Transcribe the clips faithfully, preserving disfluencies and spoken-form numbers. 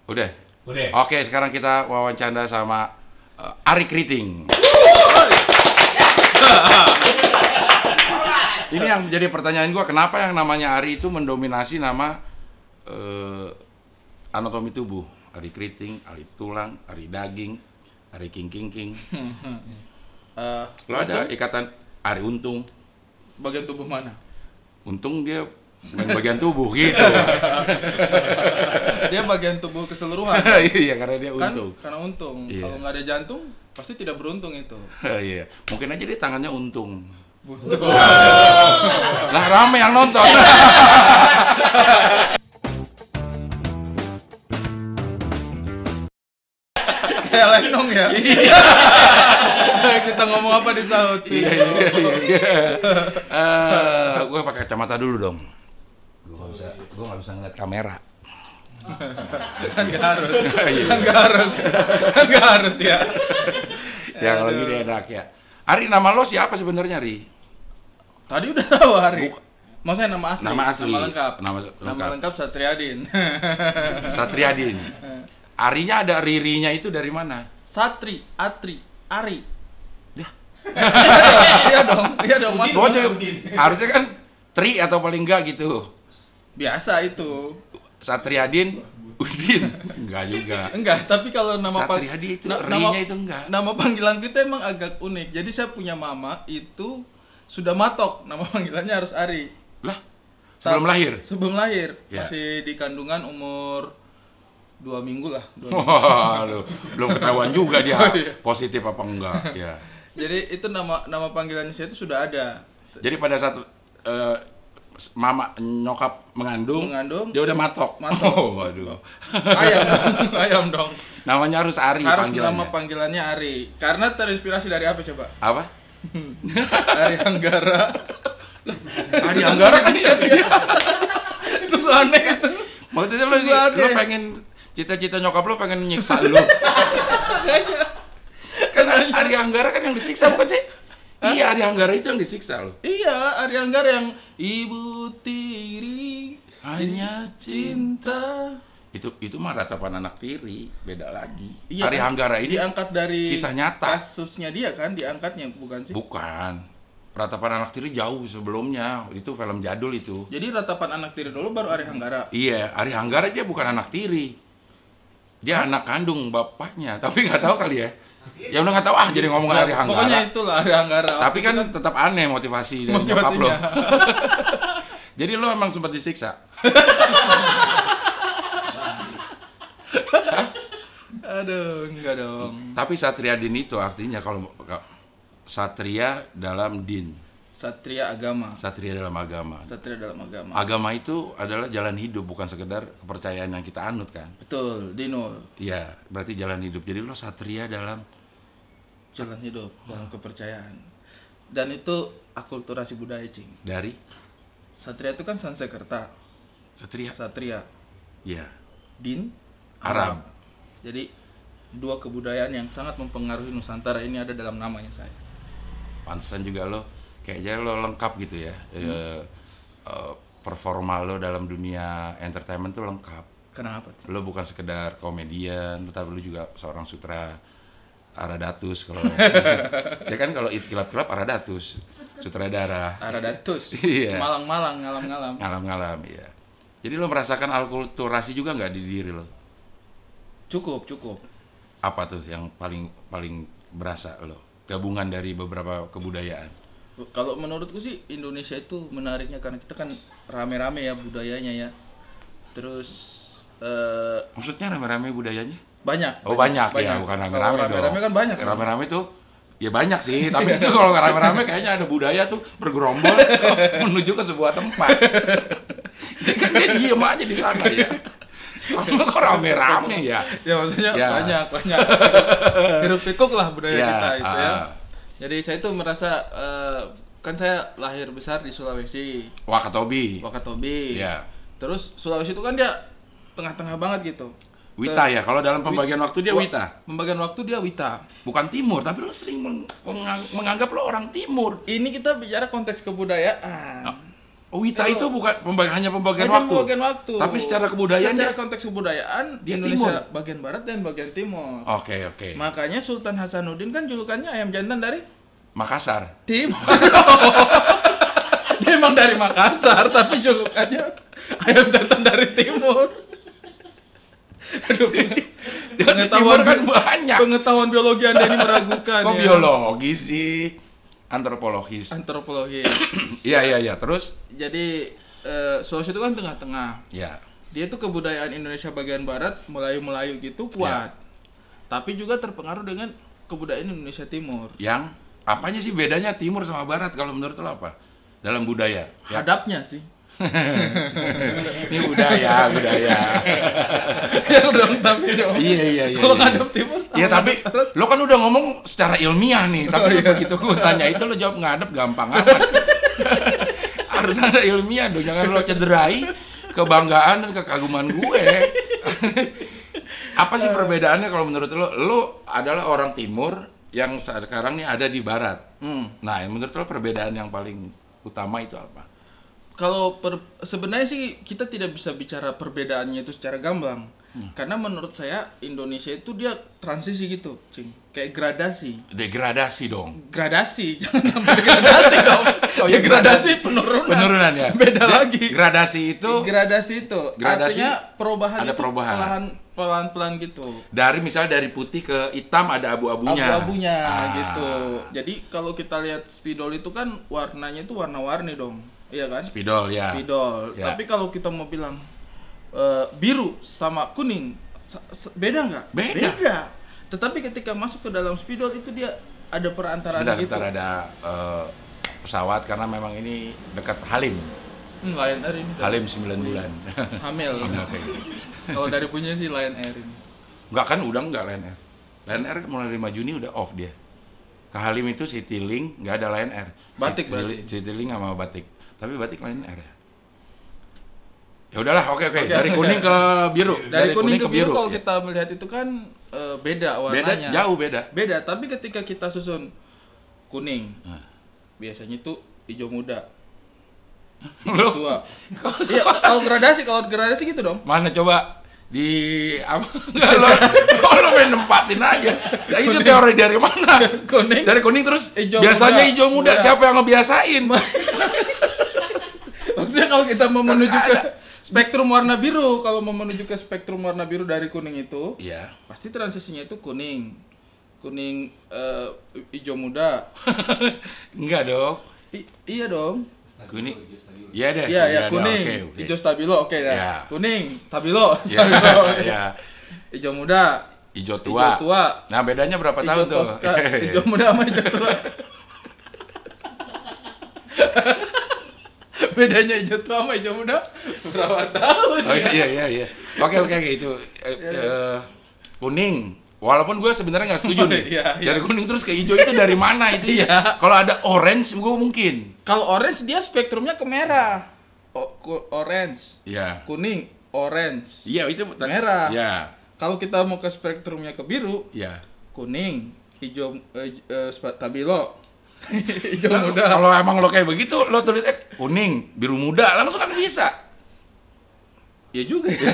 Udah? Udah. Oke, sekarang kita wawancara sama uh, Ari Kriting. Ini yang jadi pertanyaan gua, kenapa yang namanya Ari itu mendominasi nama uh, anatomi tubuh? Ari Kriting, Ari tulang, Ari daging, Ari king king king. Uh, Lo ada ikatan Ari untung. Bagian tubuh mana? Untung dia main bagian tubuh gitu. Dia bagian tubuh keseluruhan. Iya, karena dia Kan untung. karena untung. Iya. Kalau nggak ada jantung, pasti tidak beruntung itu. Iya, mungkin aja dia tangannya untung. Buntung. Lah rame yang nonton. Kayak lenong ya. Kita ngomong apa disautin. Iya iya iya. Eh, gue pakai kacamata dulu dong. Gue nggak bisa, gue nggak bisa ngeliat kamera. Kan nggak harus. Iya. Kan nggak harus. Kan nggak harus ya. Ya kalau gini enak ya. Ari, nama lo siapa sebenarnya, Ri? Tadi udah tahu Hari. Buk- Maksudnya nama asli. Nama asli. Nama lengkap. Nama Nama lengkap. lengkap Satriadin. Satriadin. Arinya ada ririnya itu dari mana? Satri, Atri, Ari. Ya. Iya dong, iya dong masuk. Pokoknya masuk. harusnya kan Tri atau paling enggak gitu. Biasa itu. Satriadin, Udin. Enggak juga. Enggak, tapi kalau nama pang- Satriadi itu, na- ri-nya itu enggak. Nama panggilan kita emang agak unik. Jadi saya punya mama itu sudah matok nama panggilannya harus Ari. Lah, sebelum Saat- lahir? Sebelum lahir, Ya. masih di kandungan umur dua minggu lah. Dua minggu. Wah, lu, belum ketahuan juga dia Oh, iya. positif apa enggak. Ya. Jadi itu nama nama panggilannya saya itu sudah ada. Jadi pada saat eh, mama nyokap mengandung, Mengandung, dia udah matok. matok. Oh, waduh. Ayam dong, ayam dong. Namanya harus Ari Harus panggilannya. nama panggilannya Ari. Karena terinspirasi dari apa coba? Apa? Ari Anggara. Ari Anggara kan ya. Sungguh aneh itu. Maksudnya lo, Sungguh aneh. lo pengen cita-cita nyokap lo pengen nyiksa lo. Makanya. Kan Ari Anggara kan yang disiksa bukan sih? Iya, Ari Anggara itu yang disiksa lo. Iya, Ari Anggara yang Ibu Tiri Hanya cinta. Itu itu mah ratapan anak tiri, beda lagi. Iya, Ari kan? Anggara ini diangkat dari kisah nyata. kasusnya dia kan, diangkatnya bukan sih? Bukan. Ratapan anak tiri jauh sebelumnya. Itu film jadul itu. Jadi ratapan anak tiri dulu baru Ari Anggara. Iya, Ari Anggara dia bukan anak tiri. Dia Hah? anak kandung bapaknya, tapi nggak tahu kali ya. Ya udah nggak tahu ah jadi ngomong Ya, Ari Anggara. pokoknya itulah Ari Anggara. Tapi Waktu kan itu kan tetap aneh motivasi dari nyokap lo. motivasinya. Jadi lo emang sempat disiksa. Aduh, enggak dong. Tapi Satriadin itu artinya kalau Satria dalam din, Satria agama. Satria dalam agama. Satria dalam agama. Agama itu adalah jalan hidup, bukan sekedar kepercayaan yang kita anut kan. Betul, Dinul. Iya, berarti jalan hidup. Jadi lo Satria dalam Jalan hidup, dalam kepercayaan. Dan itu akulturasi budaya, Cing. dari Satria itu kan Sansekerta. Satria. Satria. Iya, Din Arab. Jadi dua kebudayaan yang sangat mempengaruhi Nusantara ini ada dalam namanya saya. Pantesan juga lo kayaknya lo lengkap gitu ya. Hmm. E, e, performa lo dalam dunia entertainment tuh lengkap. Kenapa? Tuh? Lo bukan sekedar komedian, tapi lo juga seorang sutra Aradatus kalau ya kan kalau it kilap-kilap Aradatus, sutradara. Aradatus. Iya. Malang-malang, ngalam-ngalam. Ngalam-ngalam, iya. Jadi lo merasakan alkulturasi juga nggak di diri lo? Cukup, cukup. Apa tuh yang paling paling berasa lo? Gabungan dari beberapa kebudayaan. Kalau menurutku sih Indonesia itu menariknya karena kita kan rame-rame ya budayanya ya. Terus eh, Maksudnya rame-rame budayanya? banyak. Oh banyak, banyak. ya, bukan Kalau rame-rame dong. Rame-rame kan banyak. Kan? Rame-rame tuh ya banyak sih, tapi itu kalau rame-rame kayaknya ada budaya tuh bergerombol menuju ke sebuah tempat. Jadi kan dia diem aja di sana ya. Kamu kok rame-rame ya? Ya maksudnya Ya. banyak, banyak. Hiruk pikuk lah budaya Ya, kita itu ya. ah. Jadi saya itu merasa eh, kan saya lahir besar di Sulawesi, Wakatobi. Wakatobi. Ya. Terus Sulawesi itu kan dia tengah-tengah banget gitu. Wita Ke- ya, kalau dalam pembagian waktu dia Wa- Wita. Pembagian waktu dia Wita. Bukan timur, tapi lo sering meng- mengang- menganggap lo orang timur. Ini kita bicara konteks kebudayaan. Oh. Oh, Wita itu bukan pembagi, hanya pembagian hanya waktu. pembagian waktu. Tapi secara kebudayaan secara dia- konteks kebudayaan dia Indonesia timur. bagian barat dan bagian timur. Oke, oke. Makanya Sultan Hasanuddin kan julukannya ayam jantan dari Makassar. timur. Dia emang dari Makassar tapi julukannya ayam jantan dari timur. Aduh, Timur kan banyak. Pengetahuan biologi Anda ini meragukan. Kok ya. biologi sih? Antropologis. Antropologis. Iya, iya, iya. Terus? Jadi eh, Sulawesi itu kan tengah-tengah. Ya. Dia tuh kebudayaan Indonesia bagian barat, Melayu-Melayu gitu kuat. Tapi juga terpengaruh dengan kebudayaan Indonesia Timur. Yang apanya sih bedanya timur sama barat kalau menurut lo apa? Dalam budaya. Ya. Hadapnya sih. Ini budaya, budaya. Ya dong, tapi dong. Iya, iya, iya. Kalau iya. ngadep timur sama Iya, tapi ngadep barat. lo kan udah ngomong secara ilmiah nih, tapi Oh, iya. begitu gue tanya itu lo jawab ngadep gampang amat. Harus ada ilmiah dong, jangan lo cederai kebanggaan dan kekaguman gue. Apa sih perbedaannya kalau menurut lo? Lo adalah orang timur yang sekarang nih ada di barat. Hmm. Nah, menurut lo perbedaan yang paling utama itu apa? Kalau per- sebenarnya sih kita tidak bisa bicara perbedaannya itu secara gamblang. Karena menurut saya Indonesia itu dia transisi gitu, Cing. Kayak gradasi. Degradasi dong. Gradasi, jangan sampai degradasi dong. Oh, ya, Ya gradasi penurunan. Penurunan ya. Beda De- lagi. Gradasi itu Gradasi itu Gradasi artinya perubahan ada itu perubahan. pelan pelan-pelan gitu. dari misalnya dari putih ke hitam ada abu-abunya. Abu-abunya Ah. gitu. Jadi kalau kita lihat spidol itu kan warnanya itu warna-warni dong. Iya kan? Spidol ya. Spidol. Ya. Tapi kalau kita mau bilang eh, biru sama kuning sa- sa- beda nggak? Beda. Tetapi ketika masuk ke dalam spidol itu dia ada perantaraan Sebentar, gitu. sebentar ada eh, pesawat karena memang ini dekat Halim. Hmm, Lion Air ini. Halim sembilan bulan. Hamil. Oke. Kalau dari punya sih Lion Air ini. Enggak kan udah enggak Lion Air. Lion Air mulai lima Juni udah off dia. Ke Halim itu Citylink enggak ada Lion Air. Batik Citylink, berarti. Citylink sama Batik. Tapi Batik Lion Air ya. Ya udahlah, oke oke. Oke, Dari oke. kuning ke biru. Dari, kuning, ke biru, kalau ya. kita melihat itu kan eh, beda Beda warnanya. jauh beda. Beda, tapi ketika kita susun kuning, Nah. biasanya itu hijau muda. Lu Tua. Iya, kalau gradasi, kalau gradasi gitu dong. mana coba di apa? Enggak lo, lo main nempatin aja. Ya, itu teori dari mana? Kuning. Dari kuning terus Hijau biasanya muda. hijau muda. Muda. Siapa yang ngebiasain? Maksudnya kalau kita mau menuju Nggak ke ada. spektrum warna biru, kalau mau menuju ke spektrum warna biru dari kuning itu, Iya. pasti transisinya itu kuning. Kuning eh, hijau muda. Enggak dong. I- iya dong. Kuning. Iya deh. Iya, ya, deh, kuning. oke, oke. Hijau stabilo, oke dah. Ya. Kuning, stabilo, Iya, stabilo. iya. Hijau muda, Hijau tua. hijau tua, Nah, bedanya berapa hijau tahun tuh? toska, hijau muda sama hijau tua. Bedanya hijau tua sama hijau muda berapa tahun? Oh iya iya iya. Oke oke oke, itu eh, eh, kuning. Walaupun gue sebenarnya nggak setuju Oh, nih. iya, iya. Dari kuning terus ke hijau itu dari mana itu? Iya. Kalau ada orange gue mungkin. Kalau orange dia spektrumnya ke merah. O- ku- orange, Iya. kuning, orange. Iya itu Merah. Iya. Kalau kita mau ke spektrumnya ke biru, Iya. kuning, hijau eh, eh, stabilo, hijau Lah, muda. Kalau emang lo kayak begitu, lo tulis eh kuning, biru muda, langsung kan bisa. Ya juga ya.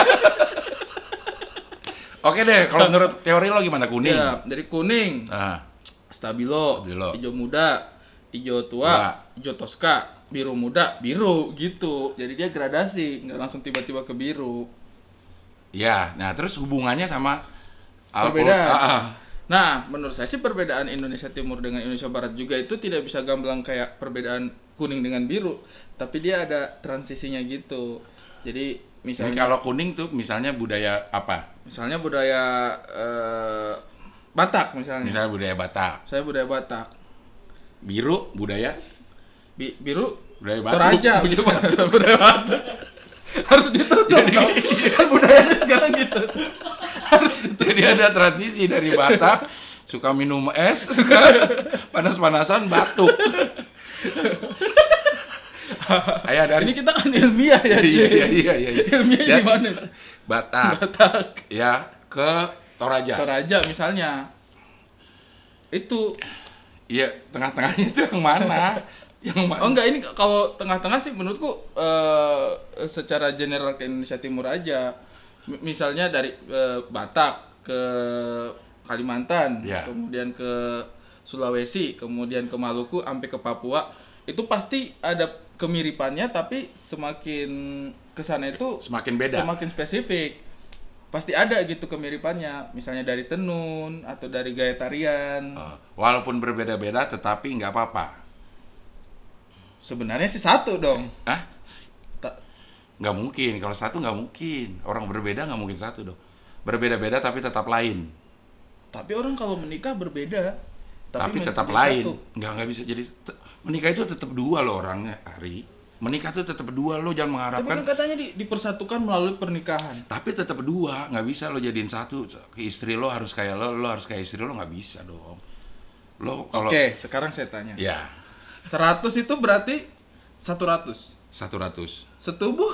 Oke deh, kalau menurut teori lo gimana kuning? Ya, dari kuning, Ah, stabilo, Stabilo. hijau muda, hijau tua, Tua. hijau toska, biru muda, biru gitu. Jadi dia gradasi, nggak langsung tiba-tiba ke biru. iya. Nah terus hubungannya sama alkohol. Perbedaan. Ah, ah. Nah, menurut saya sih perbedaan Indonesia Timur dengan Indonesia Barat juga itu tidak bisa gamblang kayak perbedaan kuning dengan biru, tapi dia ada transisinya gitu. Jadi Jadi misalnya kalau kuning tuh misalnya budaya apa? misalnya budaya eh, Batak misalnya. Misalnya budaya Batak. Saya budaya Batak. Biru budaya Bi- biru budaya Batak. Toraja. Begitu Batak. Budaya Batak. Harus ditutup Jadi- dong. Kan budayanya sekarang gitu. Jadi ada transisi dari Batak suka minum es, suka panas-panasan batuk. Ayah dari Ini kita kan ilmiah ya, iya, Ci. iya iya iya. Ilmiah Ya, gimana? Batak Batak. ya ke Toraja. Toraja misalnya. Itu Iya, tengah-tengahnya itu yang mana? Yang mana? Oh enggak, ini kalau tengah-tengah sih menurutku uh, secara general ke Indonesia Timur aja. M- misalnya dari uh, Batak ke Kalimantan, Ya. kemudian ke Sulawesi, kemudian ke Maluku, sampai ke Papua, itu pasti ada kemiripannya, tapi semakin kesana itu Semakin beda. semakin spesifik. Pasti ada gitu kemiripannya, misalnya dari tenun atau dari gaya tarian. Uh, walaupun berbeda-beda, tetapi nggak apa-apa. Sebenarnya sih satu dong. Hah? Ta- Nggak mungkin. Kalau satu nggak mungkin. Orang berbeda nggak mungkin satu dong. Berbeda-beda tapi tetap lain. Tapi orang kalau menikah berbeda, Tapi, men- tetap menjadi lain. satu. Nggak nggak bisa jadi. Te- menikah itu tetap dua loh orangnya, Ari. Menikah itu tetap dua lo, jangan Tapi mengharapkan. kan katanya di, dipersatukan melalui pernikahan. Tapi tetap dua, nggak bisa lo jadiin satu. Ke istri lo harus kayak lo, lo harus kayak istri lo, nggak bisa dong. Lo kalau Oke, sekarang saya tanya. ya seratus itu berarti satu ratus. satu ratus. Setubuh.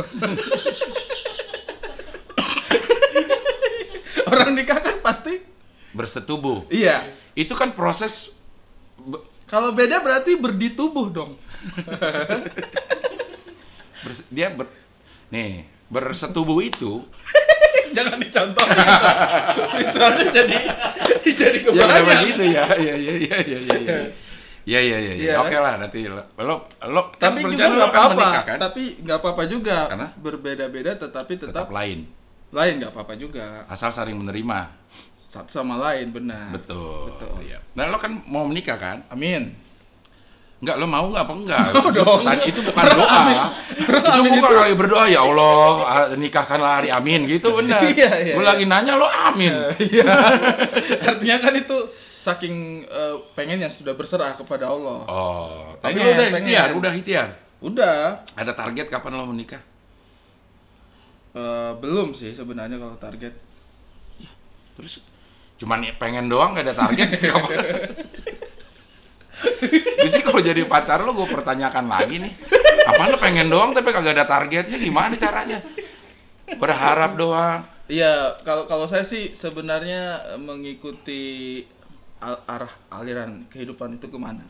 Orang nikah kan pasti. Bersetubuh. Iya. Itu kan proses be- Kalau beda berarti berditubuh dong. bers- dia ber, nih bersetubuh itu. Jangan dicontoh. Misalnya jadi jadi Ya kebanyakan. memang gitu ya. Ya ya ya ya ya. Ya ya ya. ya. Iya. Oke lah, nanti lo lo, lo kan Tapi juga berencana lo nggak akan apa-apa. menikah, kan? Tapi nggak apa-apa juga. Karena? Berbeda-beda tetapi tetap, Tetap lain. lain nggak apa-apa juga. Asal saling menerima. Satu sama lain benar. Betul. Betul. Iya. Nah, lo kan mau menikah kan? Amin. Enggak, lo mau nggak apa enggak? Mau dong. Tanya, itu bukan doa. Itu Amin bukan itu. kali berdoa, ya Allah, ah, nikahkanlah Ari, amin. Gitu benar. Iya, iya, Gue iya. lagi nanya, lo amin. Iya. Artinya kan itu saking eh, pengennya sudah berserah kepada Allah. Oh, tapi Pengen, lo udah pengen. ikhtiar, udah ikhtiar. Udah. Ada target kapan lo menikah? Eh, belum sih sebenarnya kalau target. Terus cuman pengen doang, gak ada target. Gue sih kalau jadi pacar lo, gue pertanyakan lagi nih. Apa lo pengen doang tapi kagak ada targetnya, gimana caranya? Berharap doang. Iya, kalau kalau saya sih sebenarnya eh, mengikuti al- arah aliran kehidupan itu kemana?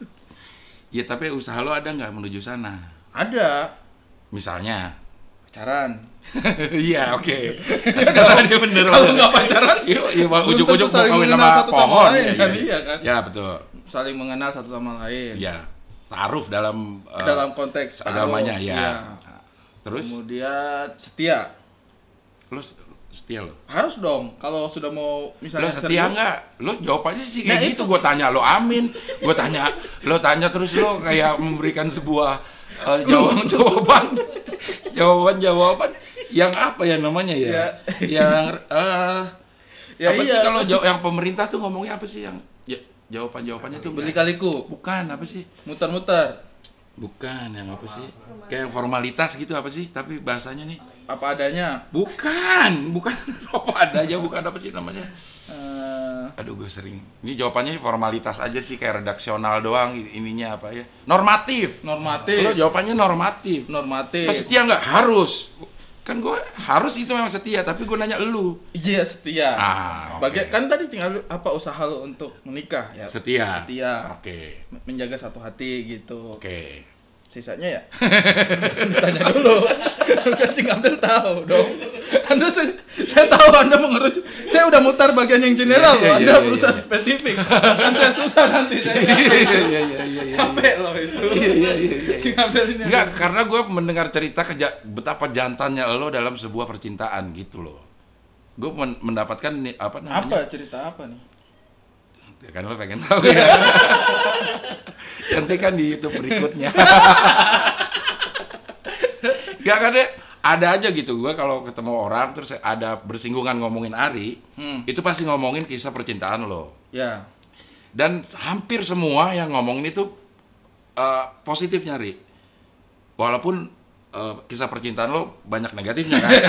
Ya tapi usaha lo ada nggak menuju sana? Ada Misalnya? pacaran. Iya, oke. Sekarang dia bener. Kalau nggak pacaran, Iya, iya, belum ujuk-ujuk tentu mau saling kawin mengenal sama satu sama pohon. lain, Iya, kan? iya. Iya kan? Ya, betul. Saling mengenal satu sama lain. Iya. Taaruf dalam eh, Dalam konteks agamanya, taruh, ya. iya. Terus Kemudian setia. lo setia lo? Harus dong kalau sudah mau Lo misalnya setia serius. nggak? Lo jawabannya sih Nah, kayak gitu. Gue tanya lo amin. Gue tanya, lo tanya terus lo kayak memberikan sebuah eh, jawaban jawaban jawaban jawaban yang apa ya namanya ya? Ya. Yang eh Ya apa sih iya. kalau jaw- yang pemerintah tuh ngomongnya apa sih yang ya, jawaban jawabannya tuh Beli kaliku, bukan apa sih? muter-muter, Bukan yang apa sih? Kayak yang formalitas gitu apa sih? Tapi bahasanya nih apa adanya. bukan, bukan apa adanya, bukan apa sih namanya? Eh, Aduh, gue sering. Ini jawabannya formalitas aja sih, kayak redaksional doang ininya apa ya? Normatif. normatif, Lo jawabannya normatif. normatif. Pas setia nggak? Harus. Kan gue harus itu memang setia, tapi gue nanya elu. Iya setia. Ah, oke. Baga- kan tadi tinggal apa usaha lo untuk menikah ya? Setia. Setia. Oke. Menjaga satu hati gitu. Oke. Sisanya ya ditanya dulu. Kacing Abdul tahu dong. Anda saya, saya tahu Anda mengerucut. Saya udah mutar bagian yang general Iya, loh. iya, Anda iya, berusaha iya. spesifik. Kan saya susah nanti saya. Iya iya iya iya iya. Capek loh itu. Iya iya iya. iya. Kacing Abdul ini. Enggak, karena gue mendengar cerita keja- betapa jantannya lo dalam sebuah percintaan gitu loh. Gue men- mendapatkan nih, apa namanya? Apa cerita apa nih? Kan lo pengen tahu ya. Nanti kan di YouTube berikutnya. Gak kan deh, ada aja gitu. Gue kalau ketemu orang terus ada bersinggungan ngomongin Ari, Hmm. itu pasti ngomongin kisah percintaan lo. Ya. Dan hampir semua yang ngomongin itu eh, positifnya, Ri. Walaupun eh, kisah percintaan lo banyak negatifnya kan.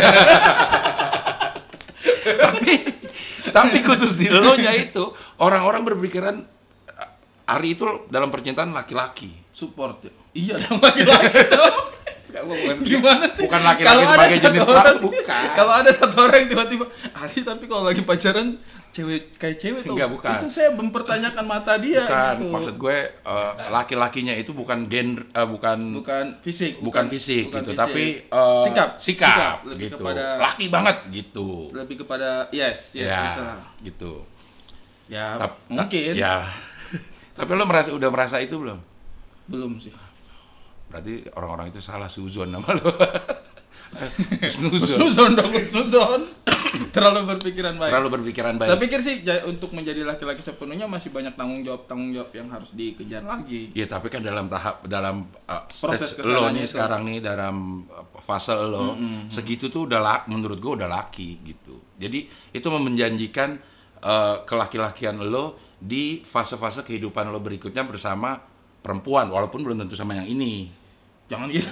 tapi tapi khusus di lo nya itu orang-orang berpikiran eh, Ari itu dalam percintaan laki-laki. Support ya. Iya dong laki-laki dong. Gimana sih? Bukan laki-laki Kalau ada sebagai satu jenis orang, kelamin, bukan. Kalau ada satu orang yang tiba-tiba Ali tapi kalau lagi pacaran cewek kayak cewek tuh. Enggak, bukan. Itu saya mempertanyakan mata dia Bukan, gitu. maksud gue uh, laki-lakinya itu bukan genre, uh, bukan bukan fisik, bukan fisik bukan gitu, fisik. tapi uh, sikap, sikap, lebih gitu. kepada Laki banget gitu. lebih kepada yes, yes Ya, itulah. gitu. Ya, Tap- mungkin. ta- Ya. Tapi lo merasa udah merasa itu belum? Belum sih. Berarti orang-orang itu salah suzon nama lo. Snuzon. Snuzon dong, snuzon. Terlalu berpikiran baik. Terlalu berpikiran baik. Saya pikir sih ja- untuk menjadi laki-laki sepenuhnya masih banyak tanggung jawab tanggung jawab yang harus dikejar lagi. Iya, tapi kan dalam tahap dalam uh, Proses stage lo kesananya nih itu. sekarang nih dalam uh, fase lo Mm-hmm. segitu tuh udah la- menurut gue udah laki gitu. Jadi itu menjanjikan uh, kelaki-lakian lo di fase-fase kehidupan lo berikutnya bersama perempuan walaupun belum tentu sama yang ini. Jangan gitu.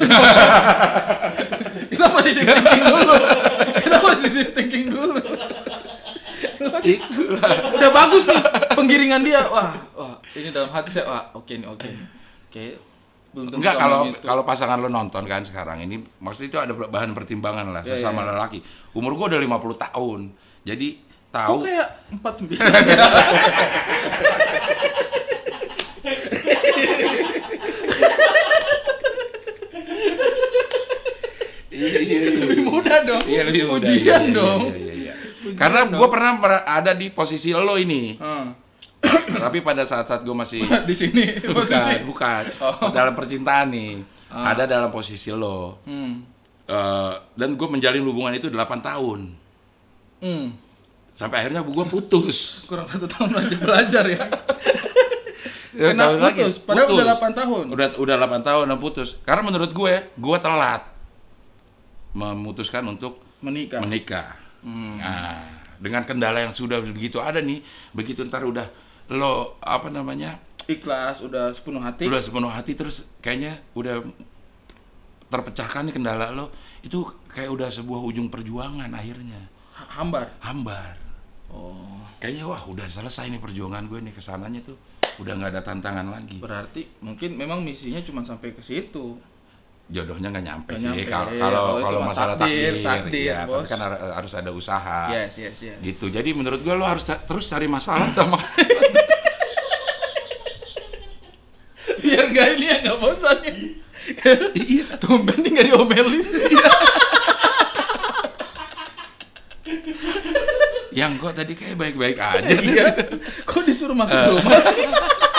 Kita positif thinking dulu. Kita positif thinking dulu. Itulah. Udah bagus nih penggiringan dia. Wah, wah, ini dalam hati saya, wah, oke nih, oke. Oke. Belum tentu Enggak, sama kalau gitu. kalau pasangan lo nonton kan sekarang ini maksudnya itu ada bahan pertimbangan lah Ya, sesama ya, ya. lelaki. Umur gue udah lima puluh tahun. Jadi Kok tahu kayak empat puluh sembilan ya? Iya, iya, iya. Lebih muda dong. Iya, lebih muda. Ujian Iya, iya, dong. Iya, iya, iya. Ujian Karena dong. gue pernah mer- ada di posisi lo ini. Hmm. Tapi pada saat-saat gue masih Di sini posisi. bukan, bukan. Oh. Dalam percintaan nih. Ah. Ada dalam posisi lo. Hmm. Eh, dan gue menjalin hubungan itu delapan tahun. Hmm. Sampai akhirnya gue putus. Kurang satu tahun aja belajar ya. Ya, Kenapa tahun lagi, putus? Padahal putus. udah delapan tahun. Udah udah delapan tahun dan putus. Karena menurut gue, gue telat memutuskan untuk Menikah. menikah. Hmm. Nah, dengan kendala yang sudah begitu ada nih, begitu ntar udah lo apa namanya Ikhlas, udah sepenuh hati. udah sepenuh hati terus kayaknya udah terpecahkan nih kendala lo, itu kayak udah sebuah ujung perjuangan akhirnya Ha- Hambar. hambar. Oh. Kayaknya wah udah selesai nih perjuangan gue nih, kesananya tuh udah nggak ada tantangan lagi. Berarti mungkin memang misinya cuma sampai ke situ. Jodohnya nggak nyampe Nggak sih nyampe. kalau Iya, kalau kalau itu kalau mah masalah takdir, takdir, takdir, ya, Bos. tapi kan har- harus ada usaha. Yes, yes, yes. Gitu. Jadi menurut gue lo harus ca- terus cari masalah sama Biar nggak ini ya nggak bosan ya. iya. Tumben nih nggak diomelin. Yang kok tadi kayak baik-baik aja. Iya. Kok disuruh masuk Eh. rumah sih?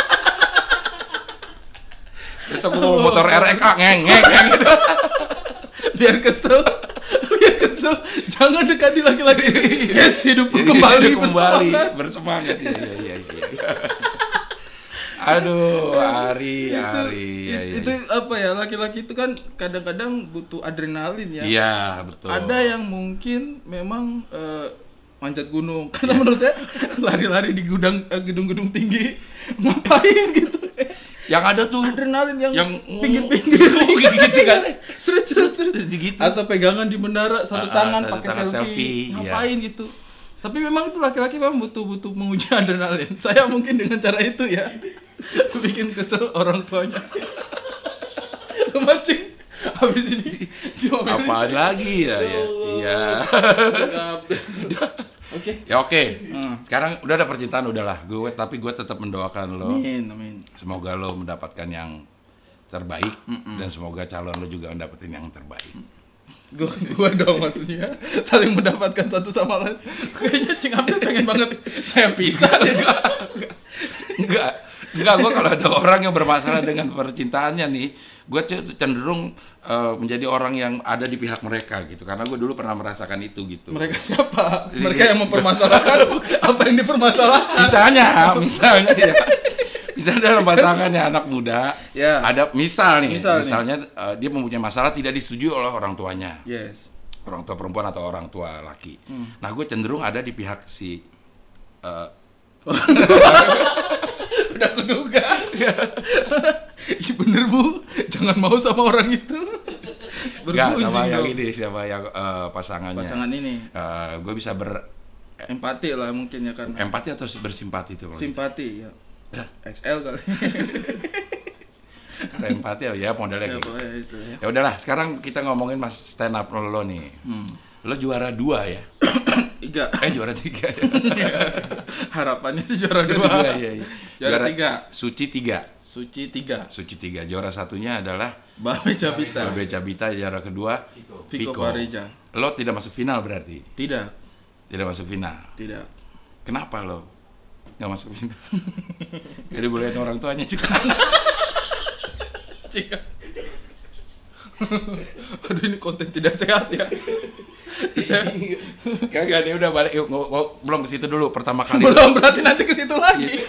Besok gue mau motor R X A ngeng ngeng ngeng gitu. Biar kesel. Biar kesel. Jangan dekati laki-laki. Yes, hidupku kembali Hidup kembali bersemangat. bersemangat. Iya iya iya. iya. Aduh, Ari, Ari. Iya, iya, Itu iya. apa ya, laki-laki itu kan kadang-kadang butuh adrenalin ya. Iya, betul. Ada yang mungkin memang eh, manjat gunung. Karena menurut saya lari-lari di gudang eh, gedung-gedung tinggi ngapain gitu. Yang ada tuh Adrenalin yang, yang pinggir-pinggir gitu kan. seret seret seret Gitu. atau pegangan di menara satu Ah, ah, tangan satu pakai tangan selfie, selfie, iya. ngapain gitu. Tapi memang itu laki-laki memang butuh-butuh menguji adrenalin. Saya mungkin dengan cara itu ya bikin kesel orang tuanya. Mancing habis ini diomelin. Apaan lagi ya? Ya. Iya. Oke. Ya oke. Hmm. Sekarang udah ada percintaan udahlah. Gue tapi gue tetap mendoakan lo. Amin, amin. Semoga lo mendapatkan yang terbaik dan semoga calon lo juga mendapatkan yang terbaik. Gua, gua dong maksudnya saling mendapatkan satu sama lain. Kayaknya Cing Abdul pengen banget saya pisah deh. Enggak, enggak. Gue kalau ada orang yang bermasalah dengan percintaannya nih, gue cenderung uh, menjadi orang yang ada di pihak mereka gitu. Karena gue dulu pernah merasakan itu gitu. Mereka siapa? Mereka yang mempermasalahkan apa yang dipermasalahkan. Misalnya, misalnya ya. Misalnya dalam pasangannya anak muda, Ya. ada misal nih, Misal nih. misalnya uh, dia mempunyai masalah tidak disetujui oleh orang tuanya, Yes. orang tua perempuan atau orang tua laki. Hmm. Nah, gue cenderung ada di pihak si uh, Udah kuduga. Iya bener Bu, jangan mau sama orang itu. enggak, Bergunjing sama yang dong. ini, sama yang uh, pasangannya. Pasangan ini Uh, gue bisa empati lah mungkin ya kan. berempati atau bersimpati itu. Simpati ya. Ya. X L kali. Ada empati ya modelnya Ya, gitu. pokoknya itu ya. Ya udahlah, sekarang kita ngomongin mas stand up lo nih. Hmm. Lo juara dua ya? Tiga. Eh juara tiga ya? Harapannya sih juara dua. Juara, iya, iya. Juara tiga. Suci tiga. Suci tiga. Suci tiga. Juara satunya adalah Babe Cabita. Babe Cabita. Juara kedua Viko Viko. Pareja. Lo tidak masuk final berarti? Tidak. Tidak masuk final. Tidak. Kenapa lo nggak masuk final? Gak dibolehin orang tuanya juga. Cika. Aduh ini konten tidak sehat ya. Saya Kagak nih udah balik yuk, ngo- ngo- belum ke situ dulu pertama kali. belum berarti nanti ke situ lagi.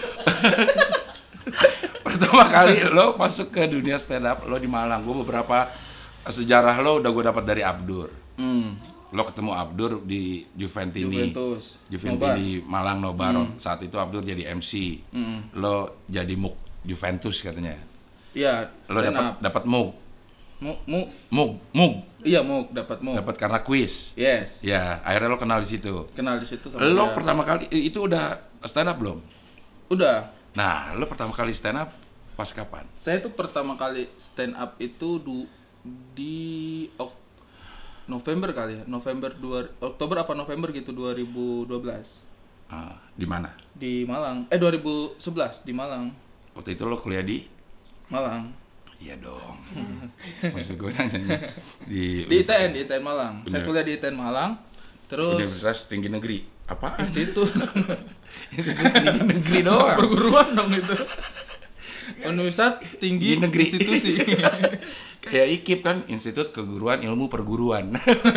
Pertama kali lo masuk ke dunia stand up lo di Malang. Gue beberapa sejarah lo udah gue dapat dari Abdur. Hmm. Lo ketemu Abdur di Juventini. Juventus. Juventini Nobar. di Malang Nobar. Saat itu Abdur jadi M C. Hmm. Lo jadi muk Juventus katanya. Iya. Lo stand dapat up. dapat muk. Mu, mu, Muk, muk. iya mau dapat mau. Dapat karena kuis. Yes. Ya, akhirnya lo kenal di situ. Kenal di situ sama Lo dia. pertama kali itu udah stand up belum? Udah. Nah, lo pertama kali stand up pas kapan? Saya tuh pertama kali stand up itu du, di ok, November kali ya. November dua Oktober apa November gitu dua ribu dua belas. Ah, di mana? Di Malang. Eh dua ribu sebelas di Malang. Waktu itu lo kuliah di? Malang. Iya dong. Maksud gue nanya di Di I T N, di I T N Malang. Saya Bener. kuliah di I T N Malang. Terus Universitas Tinggi Negeri. Apa? itu Tinggi Negeri doang. perguruan dong itu. Universitas Di Tinggi negeri. Institusi. Kayak I K I P kan, Institut Keguruan Ilmu Perguruan.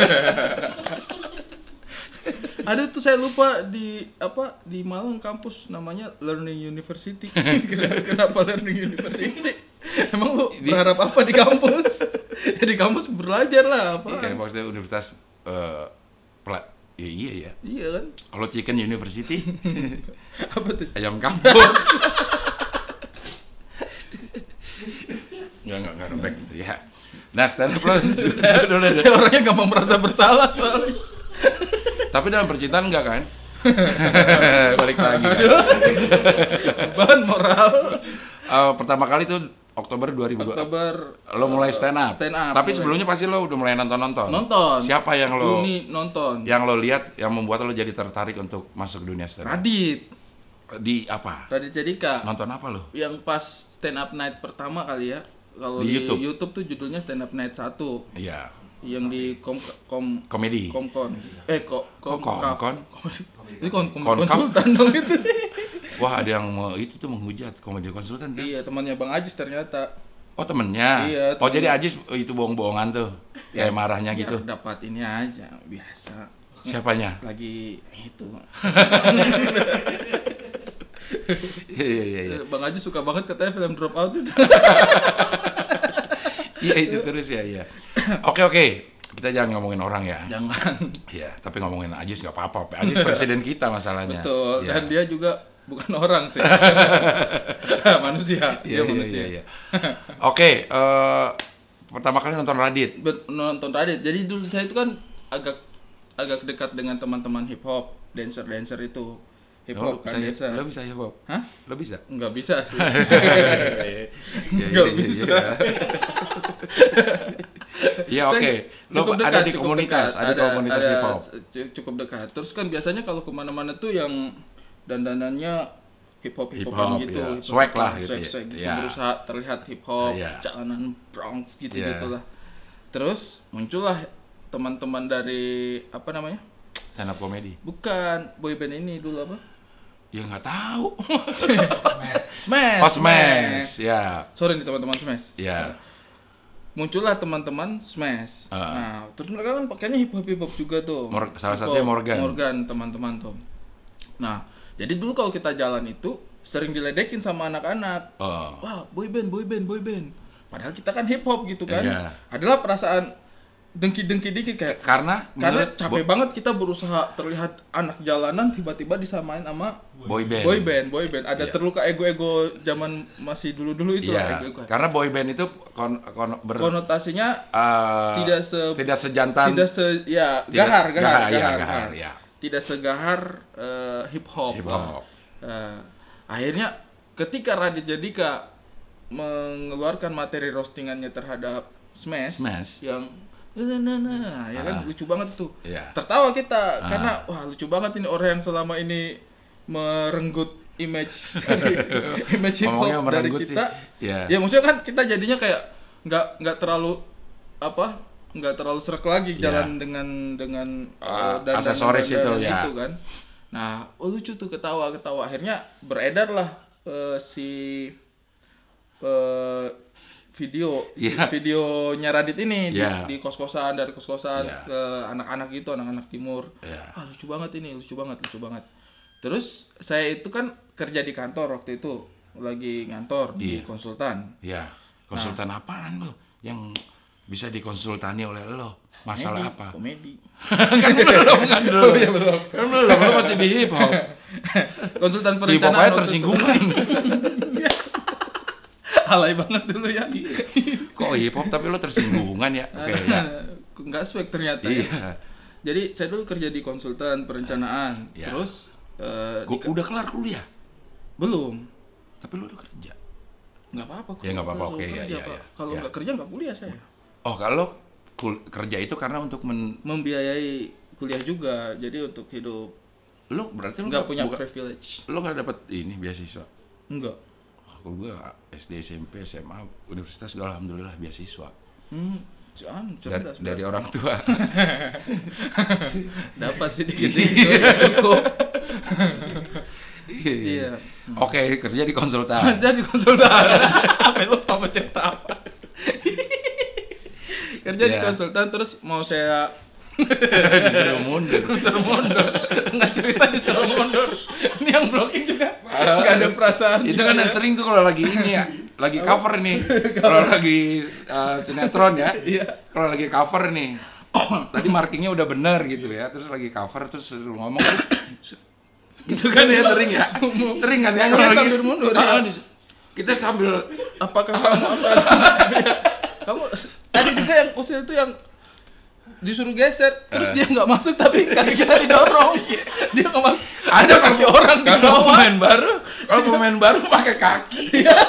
Ada tuh saya lupa di apa di Malang kampus namanya Learning University. Kenapa Learning University? Emang lu Di- berharap apa di kampus? Ya di kampus belajar lah apa? Iya, maksudnya universitas eh pela- ya iya ya. Iya kan? Kalau Chicken University, Apa tuh? ayam kampus. Enggak, enggak, enggak robek gitu ya. Nah, stand up lo dulu dulu. Saya orangnya gak mau merasa bersalah soalnya. Tapi dalam percintaan enggak kan? Balik lagi kan. Bahan moral. Eh, pertama kali tuh Oktober dua ribu dua. Oktober Lo mulai stand up. Stand up, Tapi mulai. sebelumnya pasti lo udah mulai nonton-nonton. Nonton. Siapa yang lo Juni nonton. yang lo lihat yang membuat lo jadi tertarik untuk masuk dunia stand up? Radit. Di apa? Radit Dika. Nonton apa lo? Yang pas stand up night pertama kali ya. Kalau Di di, YouTube? YouTube tuh judulnya stand up night satu. Iya. Yang di kom kom Komedi. komkon. Eh kok Kok kom kon- kon? Ini kon, kom, Konkaf? konsultan dong itu. Wah, ada yang mau itu tuh menghujat komedi konsultan kan? Iya, temannya Bang Ajis ternyata. Oh, temennya. Iya, Oh, temen. jadi Ajis itu bohong-bohongan tuh. Kayak marahnya gitu. Ya, dapat ini aja biasa. Siapanya? Lagi itu. Iya, iya, iya, iya. Bang Ajis suka banget katanya film Drop Out itu. Iya, itu terus ya, iya. Oke, oke. Kita jangan ngomongin orang ya. Jangan. Iya, tapi ngomongin Ajis nggak apa-apa. Ajis presiden kita masalahnya. Betul. Iya. Dan dia juga bukan orang sih. Manusia. Iya, Dia iya, manusia. iya, iya. Oke, eh, pertama kali nonton Radit. Bet- nonton Radit. Jadi dulu saya itu kan agak agak dekat dengan teman-teman hip hop, dancer-dancer itu. Hip Oh, hop lo kan bisa, dancer. lo bisa hip hop? Hah? Lo bisa? Enggak bisa sih. Iya, iya, Nggak iya, bisa. iya. Iya, oke. Saya Lo cukup ada dekat, di cukup komunitas, dekat. ada, komunitas ada hip hop. c- cukup dekat. Terus kan biasanya kalau kemana-mana tuh yang dandanannya hip hop hip Hip-hop, hopan gitu, ya. hip-hop, Swag lah gitu swag, ya. swag gitu. Ya. Berusaha terlihat hip hop, Ya. jalanan Bronx gitu Ya. gitulah. Terus muncullah teman-teman dari apa namanya? Stand up comedy. Bukan boyband ini dulu apa? Ya nggak tahu. Smash. Oh, Smash. Ya. Sorry nih teman-teman Smash. Ya. Muncullah teman-teman Smash. Ah. Nah, terus mereka kan pakainya hip hop hip hop juga tuh. Mor- salah Hip satunya hop, Morgan. Morgan teman-teman tuh. Nah, jadi dulu kalau kita jalan itu sering diledekin sama anak-anak. Oh. Wah, boyband, boyband, boyband. Padahal kita kan hip hop gitu kan. Iya. Adalah perasaan dengki-dengki dikit kayak Karena karena menurut capek bo- banget kita berusaha terlihat anak jalanan tiba-tiba disamain sama boy band. boy band, boy band. Ada Iya. terluka ego-ego zaman masih dulu-dulu itu lah, Iya. ego-ego. Karena boy band itu kon, kon, ber, Konotasinya eh, tidak se tidak sejantan. tidak se ya tidak- gahar gahar gahar, gahar, ya, gahar. gahar, ya. Tidak segahar eh, hip hop Hip lah. hop. Eh, akhirnya ketika Raditya Dika mengeluarkan materi roastingannya terhadap Smash, Smash. yang nah, nah, nah, ya kan Ah. lucu banget itu. Iya. Tertawa kita Ah. karena wah lucu banget ini orang yang selama ini merenggut image dari image hip hop Ngomongnya dari merenggut kita. sih. Iya. Ya maksudnya kan kita jadinya kayak nggak nggak terlalu apa nggak terlalu serak lagi Iya. jalan dengan dengan Ah, uh, dan aksesoris itu, ya. itu kan. Nah, oh lucu tuh ketawa-ketawa. Akhirnya beredar lah uh, si uh, video Iya. videonya Radit ini Iya. di, di kos-kosan dari kos-kosan Iya. ke anak-anak gitu, anak-anak timur. Iya. Ah, lucu banget ini, lucu banget, lucu banget. Terus saya itu kan kerja di kantor waktu itu, lagi ngantor di Iya. konsultan. Iya. Konsultan Nah. apaan lo yang bisa dikonsultani oleh lo? Masalah Komedi, apa? Komedi. Kan belum kan belum. Oh, iya, belum. Kan belum, lo masih di hip hop. Konsultan Hip hop perencanaan. aja waktu tersinggungan. itu. Alay banget dulu ya. Kok hip hop tapi lo tersinggungan ya? Oke ya. Nggak swag ternyata ya. Iya. Jadi saya dulu kerja di konsultan perencanaan. Iya. Terus eh, Gua di- udah kelar kuliah, belum. tapi lo udah kerja. Nggak apa-apa. kok. Ya, nggak apa-apa, Kalau oke, ya, kerja, ya, Pak. ya. Kalau Ya. nggak kerja nggak kuliah saya. Oh, kalau kul- kerja itu karena untuk men Membiayai kuliah juga. Jadi untuk hidup lo berarti lo nggak punya buka- privilege. lo nggak dapat ini beasiswa. Enggak. Kalau gue S D, S M P, S M A, universitas gue alhamdulillah beasiswa Hmm, jangan dari, cerdas. dari orang tua. Dapat sih dikit-dikit ya, cukup. Iya. Oke, kerja di konsultan. Jadi konsultan. Apa lu lupa mau cerita apa? Kerja di Iya. konsultan terus mau saya Disuruh mundur. disuruh mundur. Tengah cerita disuruh mundur. Ini yang blocking juga nggak ada perasaan. Itu juga kan yang ya. sering tuh kalau lagi ini ya, lagi cover nih. Kalau lagi uh, sinetron ya. Iya. Kalau lagi cover nih. Tadi markingnya udah bener gitu ya, terus lagi cover terus suruh ngomong terus gitu kan ya sering ya. Sering kan ya kalau Ngomongnya lagi sambil mundur, Ah, ya. dis- kita sambil Apakah kamu akan kamu ada juga yang usil itu yang disuruh geser terus Eh. dia nggak masuk tapi kaki kita didorong dia nggak masuk ada kaki orang di kalau bawah pemain baru, kalau pemain baru pakai kaki.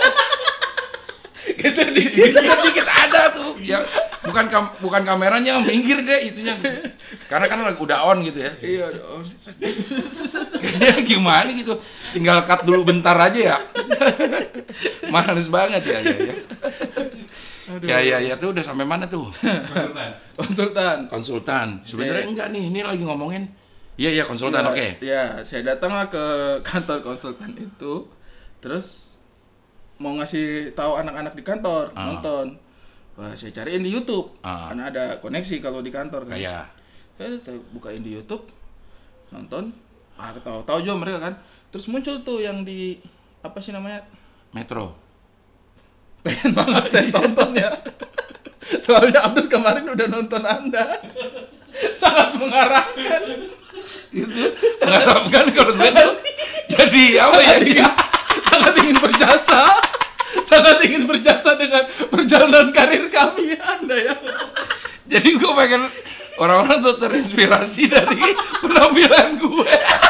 geser dikit Dikit dikit ada tuh. Ya, bukan kam bukan kameranya minggir deh itunya. Karena kan lagi udah on gitu ya. iya dong Kayaknya gimana gitu. Tinggal cut dulu bentar aja ya. Males banget ya ya ya. Ya ya ya tuh udah sampai mana tuh? konsultan Konsultan. Sebenarnya Saya- enggak nih, ini lagi ngomongin. Iya iya konsultan, Ya, oke. ya saya datanglah ke kantor konsultan itu terus mau ngasih tahu anak-anak di kantor Ah. nonton. Wah, saya cariin di YouTube Ah. karena ada koneksi kalau di kantor kan. Kayak Saya saya bukain di YouTube, nonton, ah tahu-tahu juga mereka kan. Terus muncul tuh yang di apa sih namanya? Metro. Pengen banget saya tonton ya. Soalnya Abdul kemarin udah nonton Anda. Sangat mengarahkan. Itu mengharapkan kalau gue tuh jadi apa ya dia? Sangat ingin berjasa. Sangat ingin berjasa dengan perjalanan karir kami Anda ya. Jadi gue pengen orang-orang tuh terinspirasi dari penampilan gue.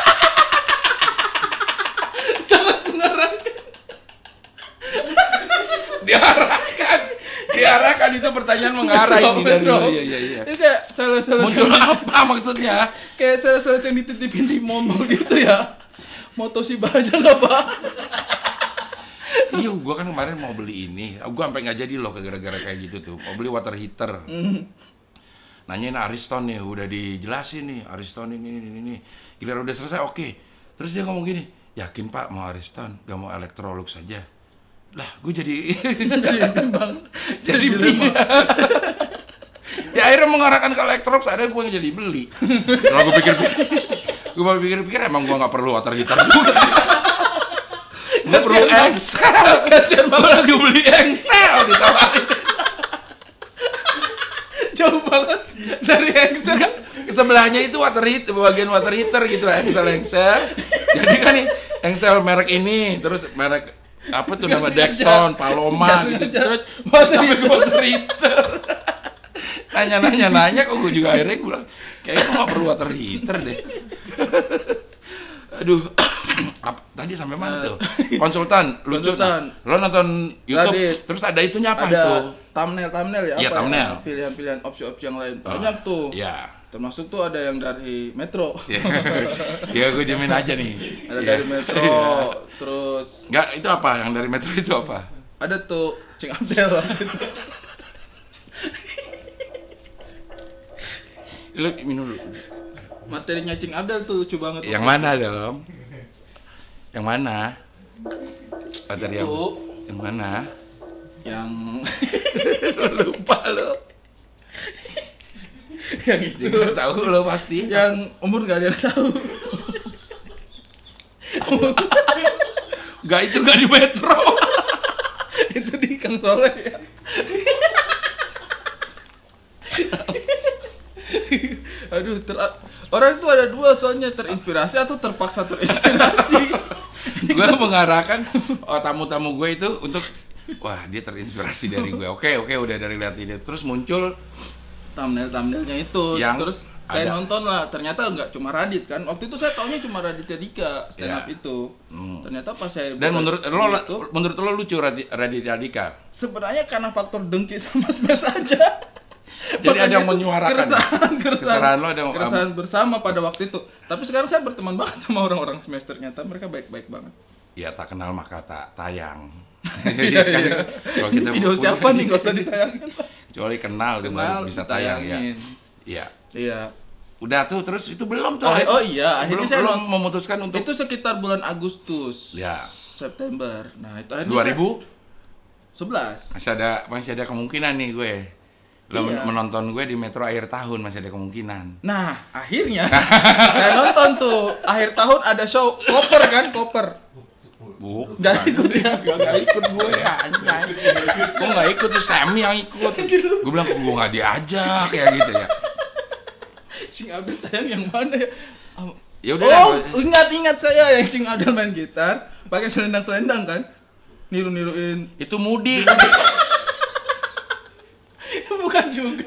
Sangat mengarahkan. Diarahkan, diarahkan itu pertanyaan mengarah ini dari Metro. lo. Iya iya iya. Ini kayak salah-salah Muncul apa maksudnya? kayak salah-salah yang dititipin di mall gitu ya. Moto si aja nggak Pak? Iya, gue kan kemarin mau beli ini. Gue sampai nggak jadi loh gara-gara kayak gitu tuh. Mau beli water heater. Nanyain Ariston nih, udah dijelasin nih Ariston ini ini ini. Giliran udah selesai, oke. Terus dia ngomong gini, yakin Pak mau Ariston, gak mau Electrolux aja. Lah, gue jadi Jadi bimbang. jadi beli. Di akhirnya mengarahkan ke Electrolux, akhirnya gue jadi beli. Setelah gue pikir-pikir, gue mau pikir-pikir emang gue nggak perlu water heater juga. Gue perlu Excel. Kasian Gue banget. lagi beli Excel ditawarin. Jauh banget dari Excel. Enggak, sebelahnya itu water heater, bagian water heater gitu, Excel Excel. Jadi kan nih Excel merek ini, terus merek apa tuh nama Nggak Dexon, sengaja. Paloma Nggak gitu. sengaja. Terus Water sampai ke water heater. Nanya-nanya nanya kok gue juga akhirnya gue bilang kayaknya gue gak perlu water heater deh. Aduh. Ap, tadi sampai mana tuh? Konsultan, lucu. Konsultan. Lo nonton YouTube, Radit. terus ada itunya apa Ada itu? thumbnail thumbnail ya, Iya, apa thumbnail. ya, pilihan-pilihan opsi-opsi yang lain Oh, banyak tuh. Iya. Termasuk tuh ada yang dari Metro. Ya gue jamin aja nih. Ada Ya. dari Metro, Iya. terus Enggak, itu apa? Yang dari Metro itu apa? ada tuh Cing Abdel waktu itu. Lu minum dulu. Materinya Cing Abdel tuh lucu banget. Yang mana dong? Yang mana? Materi yang, Itu. yang mana? Yang Lupa lo. yang itu. Dia nggak tahu lo pasti. Yang umur gak ada yang tahu. Gak, itu gak di Metro. Itu di Kang Soleh ya. Aduh, ter orang itu ada dua soalnya, terinspirasi atau terpaksa terinspirasi. Gue mengarahkan oh, tamu-tamu gue itu untuk wah dia terinspirasi dari gue. Oke oke udah dari lihat ini terus muncul Thumbnail-thumbnailnya itu, Yang terus saya ada. nonton lah, ternyata nggak cuma Radit kan. Waktu itu saya taunya cuma Raditya Dika stand up Ya. itu. Hmm. Ternyata pas saya dan buka menurut lo itu, menurut lo lucu Radi- Raditya Dika. sebenarnya karena faktor dengki sama smash aja. Jadi ada yang Makanya itu menyuarakan keresahan, ya? keresahan, Keresahan lo ada yang- keresahan bersama pada waktu itu. Tapi sekarang saya berteman banget sama orang-orang smash, ternyata mereka baik-baik banget. Ya tak kenal maka tak tayang. Iya, Kan, iya. kalau Ini kita video punya- siapa nih, gak usah ditayangin. Kecuali kenal, itu Kenal, baru bisa tayang ya. ditayangin. Iya. Iya. Udah tuh terus itu belum tuh. Oh, akhir- oh iya, akhirnya belum, saya belum nont- memutuskan untuk Itu sekitar bulan Agustus. Ya. September. Nah, itu akhirnya dua ribu sebelas. masih ada masih ada kemungkinan nih gue. Lo men- Iya. menonton gue di Metro akhir tahun masih ada kemungkinan. Nah, akhirnya saya nonton tuh akhir tahun ada show koper kan, koper. Bu, Gak ikut ya. gak, gak ikut gue ya anjay. Gue gak ikut tuh Sammy yang ikut. Gue bilang gue gak diajak kayak gitu ya. Sing Abdel tayang yang mana ya? Ah, Ya udah. Oh, ingat-ingat saya yang Sing Abdel main gitar, pakai selendang-selendang kan? Niru-niruin. Itu mudik. Bukan juga.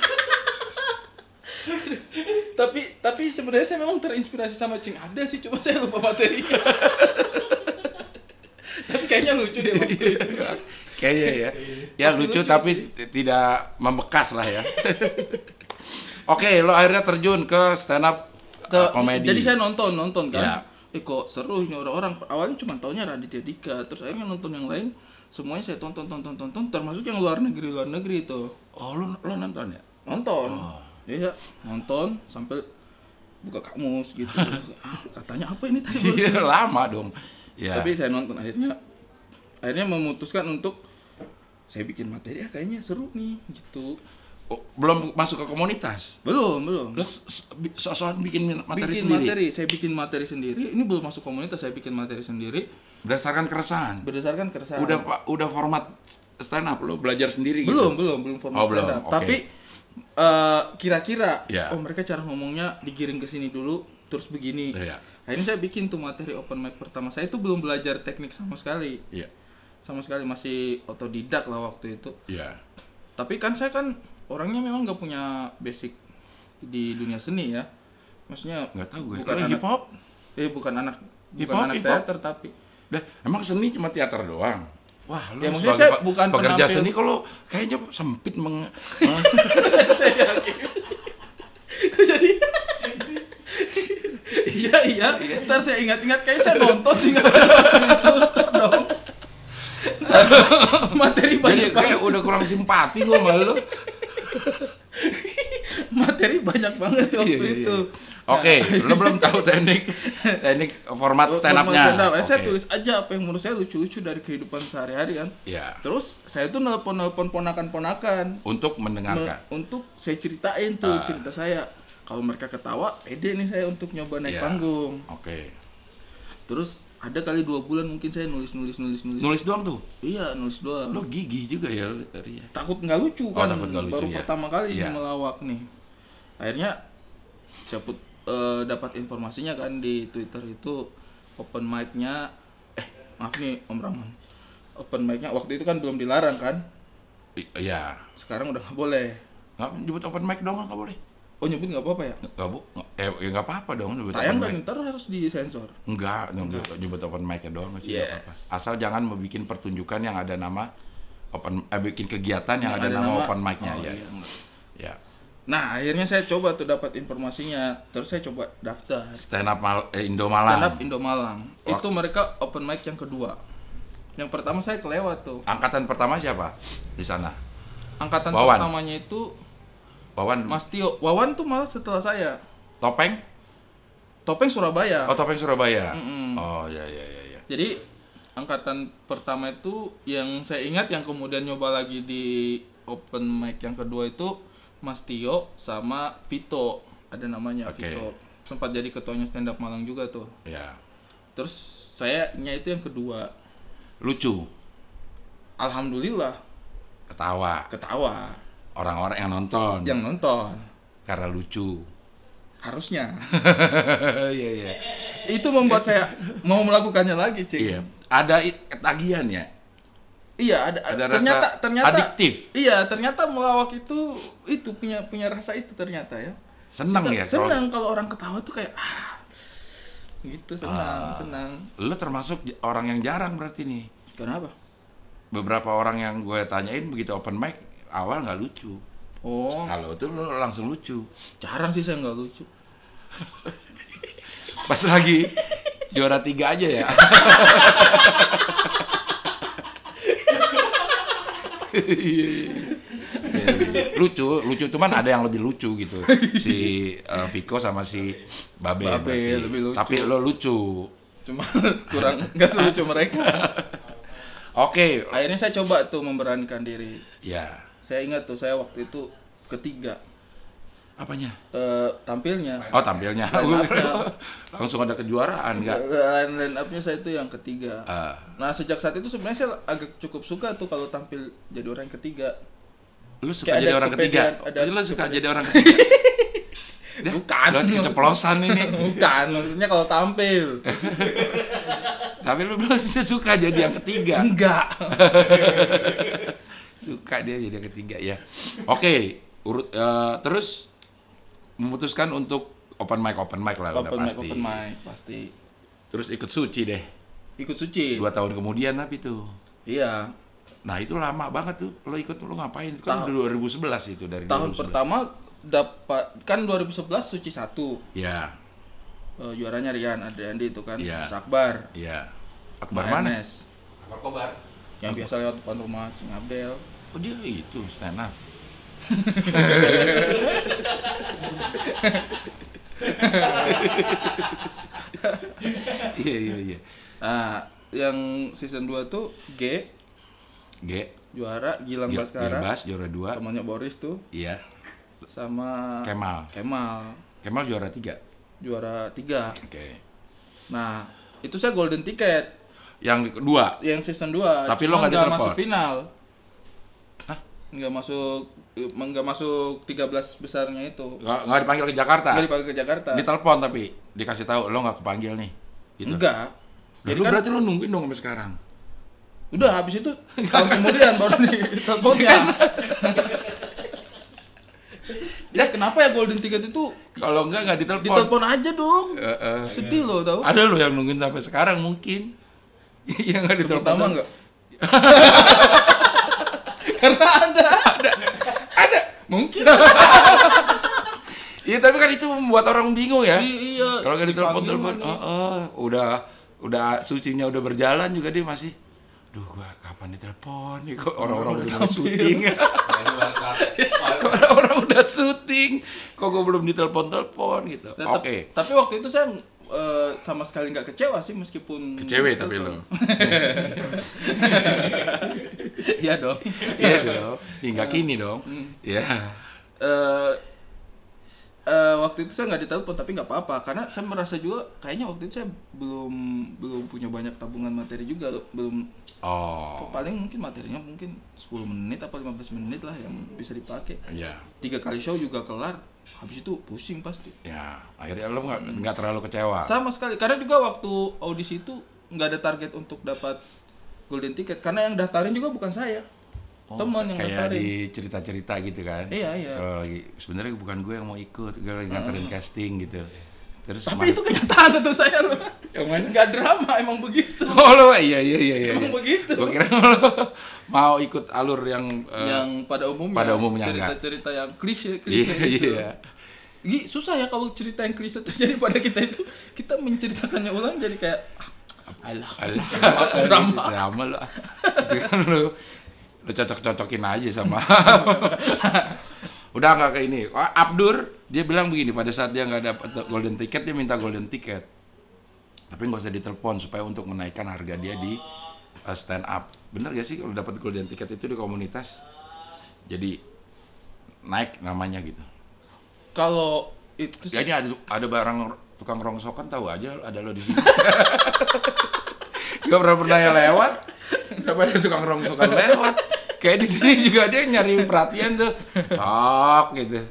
tapi tapi sebenarnya saya memang terinspirasi sama Cing Abdel sih, cuma saya lupa materinya. Tapi kayaknya lucu deh waktu itu. Kayaknya ya. Ya lucu, Lucu tapi t- tidak membekas lah ya. Oke, lo akhirnya terjun ke stand up Ke- komedi. Jadi saya nonton nonton kan. Ya. Eh kok seru ini orang-orang. Awalnya cuma taunya Raditya Dika, terus akhirnya nonton yang lain. Semuanya saya tonton tonton tonton, termasuk yang luar negeri luar negeri itu. Oh, lo lo nonton ya? Nonton. Oh. Iya, nonton sampai buka kamus gitu. Ah, katanya apa ini tadi? Iya, lama dong. Ya. Tapi saya nonton akhirnya akhirnya memutuskan untuk saya bikin materi, ah kayaknya seru nih gitu. Oh, belum masuk ke komunitas. Belum, belum. Lo s- s- bi- sok-sokan bikin materi bikin sendiri. materi, saya bikin materi sendiri. Ini belum masuk komunitas, saya bikin materi sendiri Berdasarkan keresahan. berdasarkan keresahan. Udah Pak, udah format stand up lo belajar sendiri gitu. belum, belum, belum format Oh, belum, stand up. oke. Tapi eh, kira-kira Ya. oh mereka cara ngomongnya digiring ke sini dulu terus begini. Iya. Akhirnya saya bikin tuh materi open mic pertama. Saya itu belum belajar teknik sama sekali. Iya. Sama sekali masih otodidak lah waktu itu. Iya. Tapi kan saya kan orangnya memang nggak punya basic di dunia seni ya. Maksudnya Nggak tahu gue. bukan Lo anak hip hop? eh bukan anak Hip bukan hop, anak hip hop. teater tapi Dah, emang seni cuma teater doang. Wah, lu Ya, maksudnya sebagai saya pe- bukan pekerja penampil- seni kalau kayaknya sempit meng jadi iya iya ntar saya ingat-ingat kayak saya nonton sih nggak ada Ntar dong materi jadi banyak kayak banget udah kurang simpati gua sama lu. materi banyak banget waktu Iya, iya, itu. iya. Oke, lu belum tahu teknik teknik format stand Format up-nya. stand up. Eh, Saya Oke. tulis aja apa yang menurut saya lucu-lucu dari kehidupan sehari-hari kan. Iya. Terus saya tuh nelpon-nelpon ponakan-ponakan Untuk mendengarkan. Me- untuk saya ceritain tuh Ah. cerita saya. Kalau mereka ketawa, pede nih saya untuk nyoba naik Iya. panggung. Oke. Terus ada kali dua bulan mungkin saya nulis nulis nulis nulis. Nulis doang tuh. Iya nulis doang. Lo gigih juga ya, Ria. Takut nggak lucu Oh, kan. takut nggak lucu, Baru ya. pertama kali Iya. ini melawak nih. Akhirnya saya put, eh, dapat informasinya kan di Twitter itu open mic-nya eh maaf nih Om Rahman. Open mic-nya waktu itu kan belum dilarang kan. I- Iya. Sekarang udah nggak boleh. Nggak nyebut open mic doang nggak boleh. Oh nyebut nggak apa-apa ya? Nggak bu, eh ya nggak apa-apa dong nyebut Tayang open kan mic. ntar harus disensor. Enggak, nyebut, nyebut open mic-nya doang sih nggak Yes. apa-apa. Asal jangan membuat pertunjukan yang ada nama open, eh bikin kegiatan yang, yang ada, ada nama, nama open mic-nya oh, ya. Iya. Ya. Nah akhirnya saya coba tuh dapat informasinya, terus saya coba daftar. Stand up Mal eh, Indo Malang. Stand up Indo Malang. Wah. Itu mereka open mic yang kedua. Yang pertama saya kelewat tuh. Angkatan pertama siapa di sana? Angkatan Wawan. pertamanya itu Wawan. Mas Tio. Wawan tuh malah setelah saya. Topeng? Topeng Surabaya. Oh, Topeng Surabaya. Mm-mm. Oh, ya ya ya ya. Jadi angkatan pertama itu yang saya ingat yang kemudian nyoba lagi di open mic yang kedua itu Mas Tio sama Vito. Ada namanya Oke. Vito. Sempat jadi ketuanya stand up Malang juga tuh. Ya. Terus saya nya itu yang kedua. Lucu, Alhamdulillah ketawa. ketawa Orang-orang yang nonton yang nonton. karena lucu. Harusnya. Iya iya. Itu membuat saya mau melakukannya lagi, Cik. Iya. Ada i- ketagihan ya. Iya, ada, Ada ternyata rasa ternyata adiktif. Iya, ternyata melawak itu itu punya punya rasa itu ternyata ya. Senang Kita ya kalau senang kalau orang ketawa tuh kayak ah gitu senang, Ah. senang. lu termasuk j- orang yang jarang berarti nih. Kenapa? Beberapa orang yang gue tanyain begitu open mic awal nggak lucu. Oh, Kalau itu lu langsung lucu. jarang sih saya nggak lucu. Pas lagi juara tiga aja ya. Lucu, lucu cuman ada yang lebih lucu gitu. Si uh, Viko sama si Babe. Babe berarti. lebih lucu. Tapi lo lucu. Cuma kurang nggak selucu mereka. Oke, Akhirnya saya coba tuh memberanikan diri. ya. Saya ingat tuh saya waktu itu ketiga Apanya? eh, tampilnya. Oh, tampilnya. Line up-nya. Langsung ada kejuaraan enggak? Line line up-nya saya itu yang ketiga. Ah. Nah sejak saat itu sebenarnya saya agak cukup suka tuh kalau tampil jadi orang yang ketiga. Lu suka Kayak jadi ada orang ketiga? kepedean, ada Jadi lu suka kepedean. jadi orang ketiga? Dah, Bukan. lu keceplosan ini. Bukan, maksudnya kalau tampil. Tapi lu bilang suka jadi yang ketiga. Enggak. Suka dia jadi yang ketiga ya. Oke, urut eh, terus memutuskan untuk open mic open mic lah udah Open mic, pasti. open mic pasti. Terus ikut suci deh. Ikut suci. Dua tahun kemudian tapi tuh. Iya. Nah itu lama banget tuh. Lo ikut lo ngapain? Itu kan Tahun- dua ribu sebelas itu dari Tahun dua ribu sebelas. pertama dapat kan dua ribu sebelas suci satu. Ya, Eh, juaranya Rian Adriandi itu kan. Iya. Mas Akbar. ya. Akbar Mas mana? Enes. Akbar Kobar. Yang biasa lewat depan rumah Cing Abdel. Oh dia itu stand up. Iya iya iya. Nah, yang season dua tuh G G. juara, Gilang G- Baskara. Gilbas juara dua. Temannya Boris tuh Iya. sama Kemal. Kemal Kemal juara tiga. juara tiga. Oke. Nah, itu saya golden ticket Yang kedua. yang season dua. Tapi cuma lo nggak ditelepon? masuk final. Hah? Nggak masuk nggak masuk tiga belas besarnya itu. Nggak, nggak dipanggil ke Jakarta. Nggak dipanggil ke Jakarta. Ditelepon tapi dikasih tahu lo nggak kepanggil nih. Gitu. Enggak. Lah, Jadi lu kan berarti lo nungguin dong sampai sekarang. udah habis itu tahun kemudian baru diteleponnya. Ya kenapa ya golden ticket itu Kalau enggak nggak ditelepon. ditelepon aja dong. Eh, eh. Sedih loh tahu. Ada lo yang nungguin sampai sekarang mungkin. Yang nggak Sebut ditelepon. nama enggak? Karena ada. Ada. Ada. Mungkin. Iya tapi kan itu membuat orang bingung ya. I- iya. Kalau nggak ditelepon Dipanggil telepon, mana? oh, oh, udah udah sucinya udah berjalan juga dia masih. Duh gua kapan ditelepon nih kok orang-orang udah mulai syuting. Orang-orang udah syuting. Kok gua belum ditelepon-telepon gitu. Nah, Oke. tap- Tapi waktu itu saya eh, sama sekali nggak kecewa sih meskipun Kecewe tapi ditelepon. lo. Iya dong. Iya dong. Hingga kini dong. Iya. Eh, eh, waktu itu saya nggak ditelepon tapi nggak apa-apa karena saya merasa juga kayaknya waktu itu saya belum belum punya banyak tabungan materi juga belum Oh. paling mungkin materinya mungkin sepuluh menit atau lima belas menit lah yang bisa dipakai. Iya. Tiga kali show juga kelar habis itu pusing pasti. Ya, akhirnya lo nggak nggak terlalu kecewa. Sama sekali karena juga waktu audisi itu nggak ada target untuk dapat golden ticket karena yang daftarin juga bukan saya. Oh, teman yang kayak nganterin. di cerita-cerita gitu kan. Iya, iya. Kalau lagi sebenarnya bukan gue yang mau ikut, gue lagi nganterin casting gitu. Terus Tapi kemana- itu kenyataan untuk saya loh. Yang mana? Nggak drama, emang begitu. Oh lo iya iya iya iya. Emang begitu. Gue kira lo mau ikut alur yang eh, Yang pada umumnya, pada umumnya enggak. cerita-cerita yang klise, iya klise gitu. iya. Gi, susah ya kalau cerita yang klise terjadi pada kita itu, kita menceritakannya ulang jadi kayak ah, alah, Alah, drama. drama lo. Itu kan lo lo cocok-cocokin aja sama. Udah nggak kayak ini. Oh, Abdur dia bilang begini, pada saat dia nggak dapat golden ticket dia minta golden ticket. Tapi nggak usah ditelepon supaya untuk menaikkan harga dia di uh, stand up. Bener gak sih kalau dapat golden ticket itu di komunitas? Jadi naik namanya gitu. Kalau itu sih, Kayaknya ada ada barang tukang rongsokan tahu aja ada lo di sini. Gak pernah pernah ya lewat. Kenapa ada tukang rongsokan lewat? Kayak di sini juga dia nyari perhatian tuh. Cok gitu.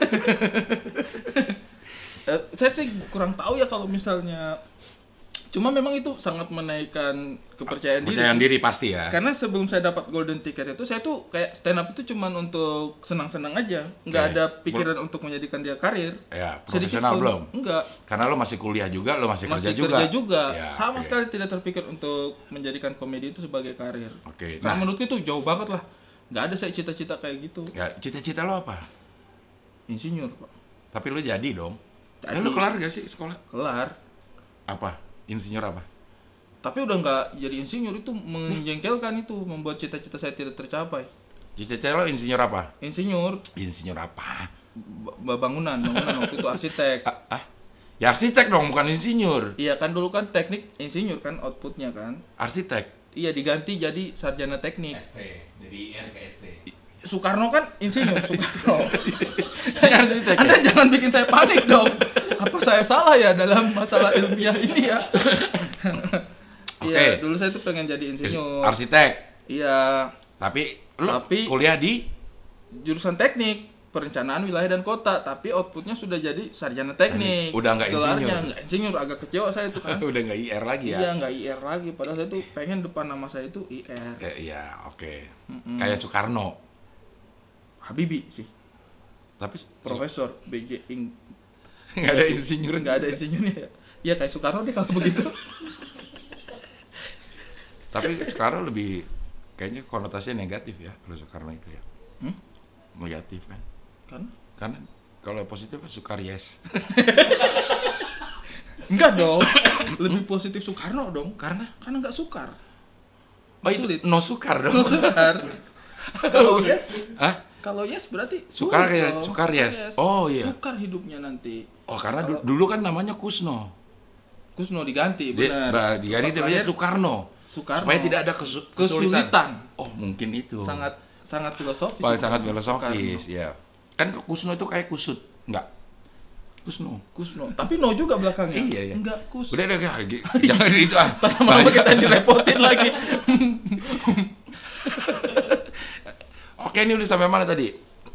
eh, saya sih kurang tahu ya kalau misalnya, cuma memang itu sangat menaikkan kepercayaan diri. Percayaan sih. diri pasti ya. Karena sebelum saya dapat golden ticket itu, saya tuh kayak stand up itu cuman untuk senang-senang aja, nggak Oke. ada pikiran untuk menjadikan dia karir. Ya, Sedikit profesional pun. belum? Enggak. Karena lo masih kuliah juga, lo masih, Masih kerja juga. juga. Ya, Sama oke. sekali tidak terpikir untuk menjadikan komedi itu sebagai karir. Oke. Karena Nah, menurutku itu jauh banget lah. Nggak ada saya cita-cita kayak gitu. ya cita-cita lo apa? Insinyur, Pak. Tapi lo jadi dong. Jadi. Eh, lo kelar gak sih sekolah? Kelar. Apa? Insinyur apa? Tapi udah nggak jadi insinyur, itu menjengkelkan, itu membuat cita-cita saya tidak tercapai. Cita-cita lo insinyur apa? Insinyur, Insinyur apa? b- bangunan, bangunan waktu itu arsitek. Ah, ah? Ya arsitek dong, bukan insinyur. Iya kan dulu kan teknik insinyur kan outputnya kan. Arsitek. Iya diganti jadi sarjana teknik. S T, dari I R ke S T. Soekarno kan insinyur, Soekarno. Ini arsitek. Anda Ya? jangan bikin saya panik dong. Apa saya salah ya dalam masalah ilmiah ini ya? Oke. Iya, dulu saya tuh pengen jadi insinyur. Arsitek. Iya, Tapi lo Tapi- kuliah di jurusan teknik, perencanaan wilayah dan kota, tapi outputnya sudah jadi sarjana teknik. Udah nggak Gelarnya insinyur. nggak insinyur, agak kecewa saya itu kan. udah nggak I R lagi ya? Iya, nggak I R lagi. Padahal saya tuh pengen depan nama saya itu I R. Eh, iya, oke. Kayak Soekarno. Habibie sih, Tapi Profesor B J Ing. nggak ada insinyur. Nggak ada insinyurnya ya. Iya kayak Soekarno deh kalau begitu. Tapi Soekarno lebih kayaknya konotasinya negatif ya kalau Soekarno itu ya. Hmm? Negatif kan. Kan? Karena kalau positif kan Sukaries. Enggak dong. Lebih positif Soekarno dong. Karena Karena nggak sukar. oh itu Sulit. no sukar dong. No sukar. Kalau yes, Hah? kalau yes berarti Sukar sulit kayak dong. Sukaries. Oh iya. Sukar hidupnya nanti. Oh karena du- dulu kan namanya Kusno. Kusno diganti, Dia, benar. bah, diganti Pas namanya lahir, Soekarno. Soekarno. Supaya tidak ada kesu- kesulitan. Kesulitan. Oh mungkin itu. sangat sangat filosofis. Paling sangat Soekarno. filosofis ya. Kan ke Kusno itu kayak kusut, enggak? Kusno. Kusno. Tapi no juga belakangnya. Iya, iya. Enggak kus. Udah udah udah, g- jangan itu ah. Lama-lama kita direpotin lagi. Oke, ini udah sampai mana tadi?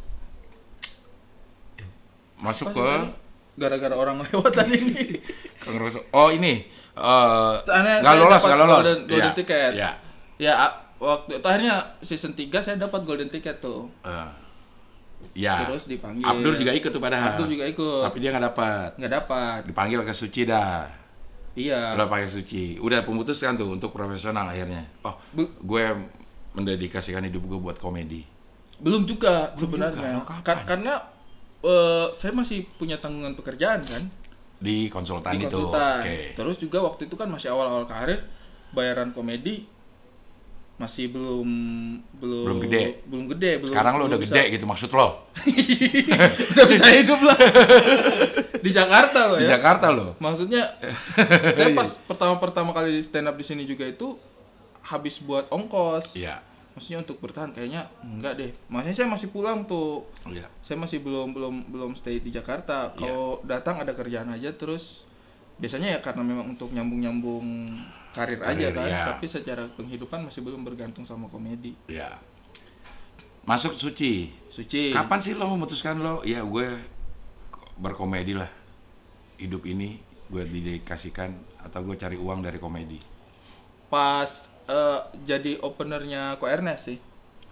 Masuk Pas ke tadi, gara-gara orang lewat tadi nih. Kang Roso. Oh, ini eh Setelahnya nggak saya lolos, dapat nggak lolos. golden- golden Iya, ticket. Iya. Ya, a- waktu itu akhirnya season tiga saya dapat golden ticket tuh. Eh, ya. Terus dipanggil. Abdur juga ikut tuh padahal. Abdur juga ikut. Tapi dia nggak dapat. Nggak dapat. Dipanggil ke Suci dah. Iya. Udah pakai Suci. Udah pemutuskan tuh untuk profesional akhirnya. Oh, Bel- gue mendedikasikan hidup gue buat komedi. Belum juga Belum sebenarnya. juga, kapan? Ka- karena eh, saya masih punya tanggungan pekerjaan kan Di konsultan di itu. konsultan. Oke. Terus juga waktu itu kan masih awal-awal karir, bayaran komedi masih belum belum Belum gede. belum gede belum Sekarang lo udah belum gede bisa- gitu maksud lo. udah bisa hidup lah di Jakarta loh Di ya. Jakarta lo. Maksudnya saya pas pertama-pertama kali stand up di sini juga itu habis buat ongkos. Iya. Maksudnya untuk bertahan kayaknya enggak deh. Maksudnya saya masih pulang tuh. Iya. Saya masih belum belum belum stay di Jakarta. Kalau datang ada kerjaan aja terus biasanya ya karena memang untuk nyambung-nyambung karir, aja Karir, kan. ya. Tapi secara penghidupan masih belum bergantung sama komedi. Iya. Masuk Suci. Suci. Kapan sih lo memutuskan lo, ya gue berkomedi lah. Hidup ini gue dedikasikan atau gue cari uang dari komedi. Pas eh, jadi openernya Ko Ernest sih.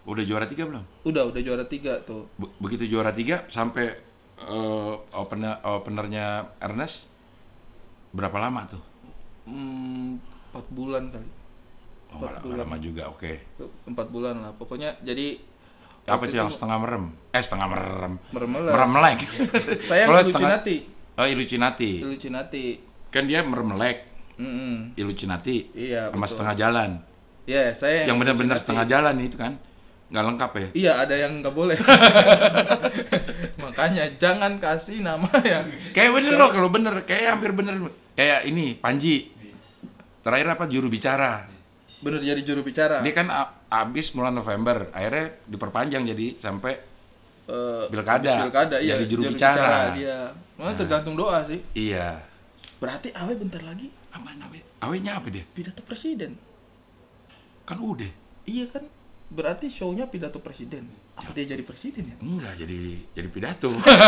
Udah juara tiga belum? Udah, udah juara tiga tuh. Be- Begitu juara tiga sampai uh, opener openernya Ernest berapa lama tuh? Hmm, empat bulan kali. Oh, nggak nggak lama juga, oke. Empat bulan lah. Pokoknya jadi Apa itu yang setengah merem? Eh setengah merem. Meremelek. Meremelek. Saya Kalau Illuminati. Oh, Illuminati. Illuminati. Kan dia meremelek. Mm-mm. Illuminati. Iya, Sama betul. setengah jalan. Iya, saya Yang benar-benar Illuminati. setengah jalan itu kan. Nggak lengkap ya? Iya, ada yang nggak boleh. Makanya jangan kasih nama yang Kayak bener loh kalau bener, kayak hampir bener. Kayak ini Panji. Terakhir apa juru bicara. bener jadi juru bicara. Dia kan a- abis bulan November, akhirnya diperpanjang jadi sampai Eh, Pilkada. habis pilkada, iya, Jadi juru bicara. dia. Nah, tergantung doa sih. iya. Berarti Awe bentar lagi Apaan awe? Awenya apa dia? pidato presiden. Kan udah. Iya kan? Berarti show-nya pidato presiden. Apa dia jadi presiden ya? Enggak, jadi jadi pidato.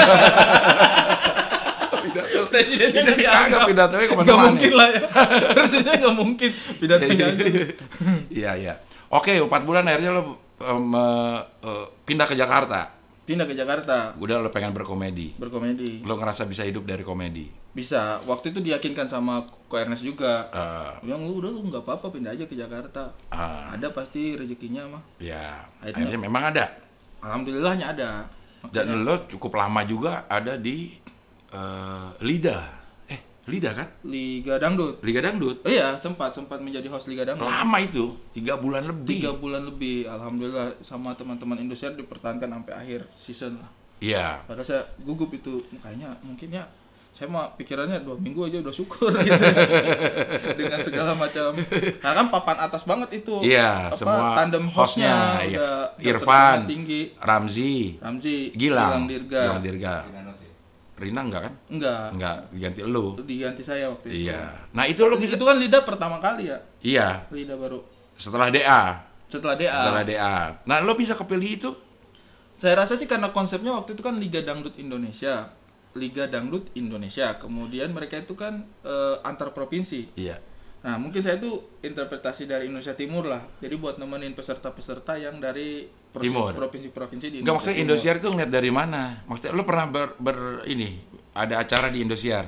Pidato presidennya nggak Kagak dianggap. pidatonya Nggak kemana-mana. mungkin lah ya. Presidennya nggak mungkin pidatonya. Iya, iya. Oke, empat bulan akhirnya lo um, uh, uh, pindah ke Jakarta. Pindah ke Jakarta Udah lo pengen berkomedi. berkomedi. Lo ngerasa bisa hidup dari komedi. Bisa. Waktu itu diyakinkan sama Ko Ernest juga. Uh, Dia bilang, lu udah lu nggak apa-apa pindah aja ke Jakarta. uh, Ada pasti rezekinya mah. ya, Akhirnya- akhirnya memang ada. Alhamdulillahnya ada. Makanya- Dan lo cukup lama juga ada di uh, Lida. Eh, Lida kan? Liga Dangdut. Liga Dangdut. Oh iya, sempat sempat menjadi host Liga Dangdut. Lama itu, tiga bulan lebih. Tiga bulan lebih, alhamdulillah sama teman-teman Indosiar dipertahankan sampai akhir season lah. Iya. Padahal saya gugup itu, kayaknya mungkin ya saya mah pikirannya dua minggu aja udah syukur gitu. Dengan segala macam. Nah kan papan atas banget itu. Iya, Apa, semua tandem hostnya, hostnya, iya. udah Irfan, udah tinggi. Ramzi, Ramzi, Gilang, Dirga. Gilang Dirga. Finanos ya. Rina enggak kan? Enggak. Enggak, diganti lu. Itu diganti saya waktu itu. Iya. Nah, itu lo bisa Itu kan Lida pertama kali ya. Iya, Lida baru. setelah D A. Setelah D A. Setelah D A. Nah, lo bisa kepilih itu? Saya rasa sih karena konsepnya waktu itu kan Liga Dangdut Indonesia. Liga Dangdut Indonesia. Kemudian mereka itu kan eh, antar provinsi. Iya. Nah, mungkin saya itu interpretasi dari Indonesia Timur lah. Jadi buat nemenin peserta-peserta yang dari provinsi- Timur. provinsi-provinsi di Enggak, maksudnya Timur. Indosiar itu ngeliat dari mana? Maksudnya lo pernah ber, ber- ini ada acara di Indosiar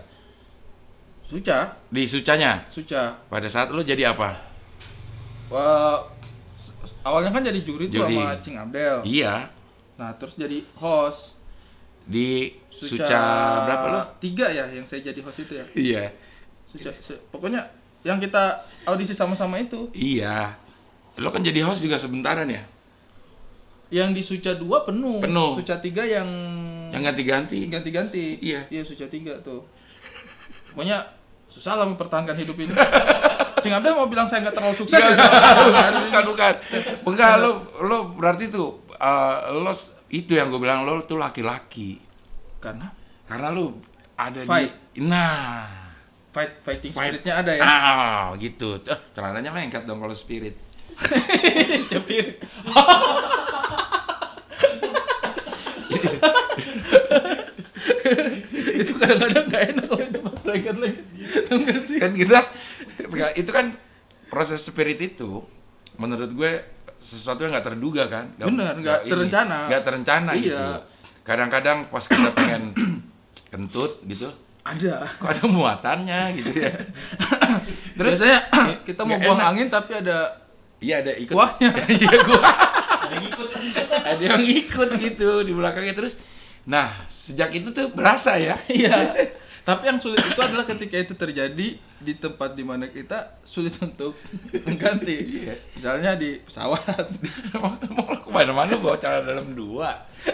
Suca, di Sucanya. Suca. Pada saat lo jadi apa? Wah, awalnya kan jadi juri, tuh Juri. sama Cing Abdel. Iya, Nah, terus jadi host. di Suca, Suca berapa lo? Tiga ya yang saya jadi host itu ya. Iya. Suca, se- pokoknya yang kita audisi sama-sama itu. Iya. Lo kan jadi host juga sebentaran ya? Yang di Suca dua penuh. Penuh. Suca tiga yang Yang ganti-ganti. ganti-ganti. Iya. Iya, Suca tiga tuh. Pokoknya susah lah mempertahankan hidup ini. Cing Abdel mau bilang saya nggak terlalu sukses Enggak, gitu. bukan, bukan. Enggak, lo, lo berarti tuh, uh, lo, itu yang gue bilang, lo tuh laki-laki. Karena Karena lo ada Fight. di, nah. fight fighting Fight. spiritnya ada ya. Ah, gitu. Eh, celananya lengket dong kalau spirit. Cepir. Itu kadang-kadang nggak enak kalau itu pas lengket-lengket. Tahu nggak sih? Kan kita, enggak, itu kan proses spirit itu, menurut gue sesuatu yang nggak terduga kan. Bener, nggak ini, terencana. Nggak terencana Iya. gitu. Kadang-kadang pas kita pengen kentut gitu, Ada. kok ada muatannya gitu ya. Terus biasanya kita mau nggak buang enak. angin tapi ada Iya, ada ikut. kuahnya. Iya, gua. Ada ngikut. Ada yang ikut gitu di belakangnya terus. Nah, sejak itu tuh berasa ya. Iya. Tapi yang sulit itu adalah ketika itu terjadi di tempat di mana kita sulit untuk mengganti. Iya. Misalnya di pesawat. Mau lo kemana-mana bawa celana dalam dua.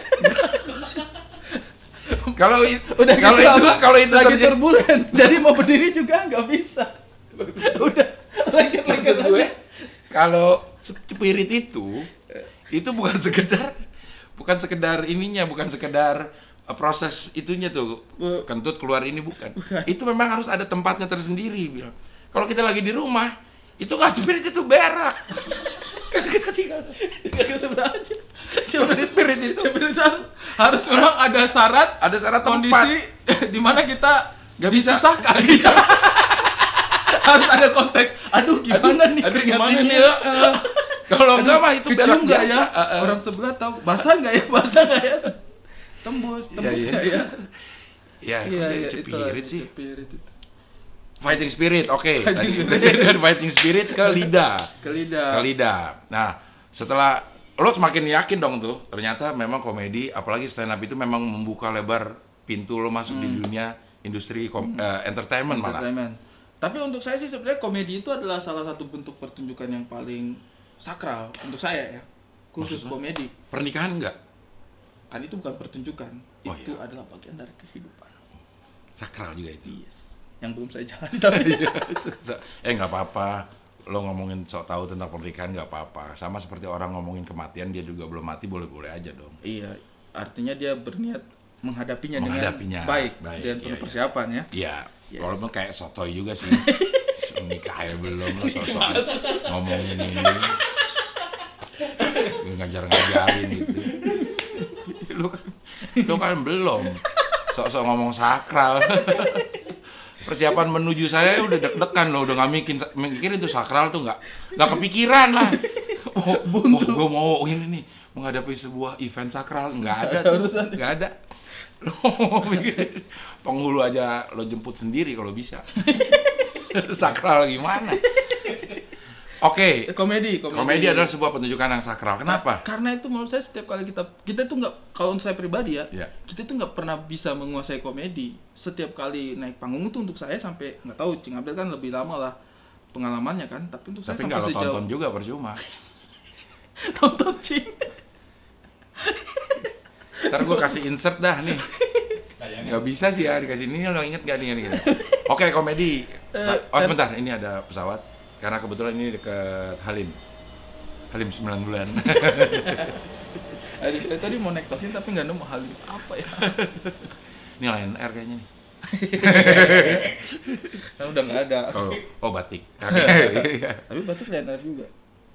Kalau i- Udah kalau gitu itu apa? kalau itu lagi terjadi, turbulence. Jadi mau berdiri juga nggak bisa. Udah lengket-lengket maksud gue aja. kalau spirit itu itu bukan sekedar bukan sekedar ininya, bukan sekedar uh, proses itunya tuh Bu- kentut keluar ini bukan. Bukan. Itu memang harus ada tempatnya tersendiri bilang. Kalau kita lagi di rumah itu nggak spirit itu berak. Kan kita tinggal Nggak bisa aja. spirit spirit itu Spirit harus, harus memang ada syarat ada syarat tempat. kondisi di mana kita Nggak bisa. disusahkan. Harus ada konteks. Aduh gimana nih Aduh, gimana keringat nih ini? ya? Eh, Kalau enggak mah itu berak kecium nggak biasa. ya? Uh, uh. Orang sebelah tahu basah nggak ya? Basah nggak ya? Tembus, tembus Iya, iya. nggak ya? Ya, kok jadi cepirit sih. Cepirit itu. Fighting spirit, oke. Fighting Tadi dari fighting spirit ke lidah. Ke lidah. Ke lidah. Nah, setelah lo semakin yakin dong tuh, ternyata memang komedi, apalagi stand up itu memang membuka lebar pintu lo masuk Hmm. di dunia industri kom- eh, entertainment malah. Entertainment. Tapi untuk saya sih sebenarnya komedi itu adalah salah satu bentuk pertunjukan yang paling sakral untuk saya ya. Khusus Maksudnya? komedi. Pernikahan enggak? Kan itu bukan pertunjukan, Oh, itu iya. adalah bagian dari kehidupan. Sakral juga itu. Yes. Yang belum saya jalani tapi eh nggak apa-apa, lo ngomongin sok tahu tentang pernikahan nggak apa-apa. Sama seperti orang ngomongin kematian, dia juga belum mati, boleh-boleh aja dong. iya, artinya dia berniat menghadapinya, Menghadapinya. dengan baik, Baik, dan iya, penuh iya. persiapan ya. Iya, Yes. walaupun kayak sotoy juga sih. Nikah ya belum, lo sok-sok ngomongin ini. Gue ngajar-ngajarin gitu. Lo kan, lo kan belum. Sok-sok ngomong sakral. Persiapan menuju saya udah deg-degan loh, udah nggak mikir, mikir itu sakral tuh nggak nggak kepikiran lah. Oh, oh gue mau ini nih menghadapi sebuah event sakral, nggak ada tuh, nggak ada. Lo mikir penghulu aja lo jemput sendiri kalau bisa. Sakral gimana? Oke, Komedi, komedi. komedi adalah sebuah pertunjukan yang sakral. Kenapa? Karena itu menurut saya setiap kali kita kita tuh nggak, kalau untuk saya pribadi ya, Iya. kita tuh nggak pernah bisa menguasai komedi. Setiap kali naik panggung itu untuk saya sampai nggak tahu, Cing Abdel kan lebih lama lah pengalamannya kan. Tapi untuk Tapi saya nggak lo sampai sejauh tonton juga percuma. tonton Cing. Ntar gue kasih insert dah nih. Bayangin. Nggak bisa sih ya dikasih ini, lo inget gak nih? Gini. Oke, komedi. Sa- Oh sebentar, ini ada pesawat. Karena kebetulan ini deket Halim. Halim sembilan bulan. Aduh, saya tadi mau naik taksi tapi nggak nemu hal ini apa ya. Ini Lion Air kayaknya nih. Kan udah nggak ada. Oh, oh batik. Oke. Tapi batik Lion juga.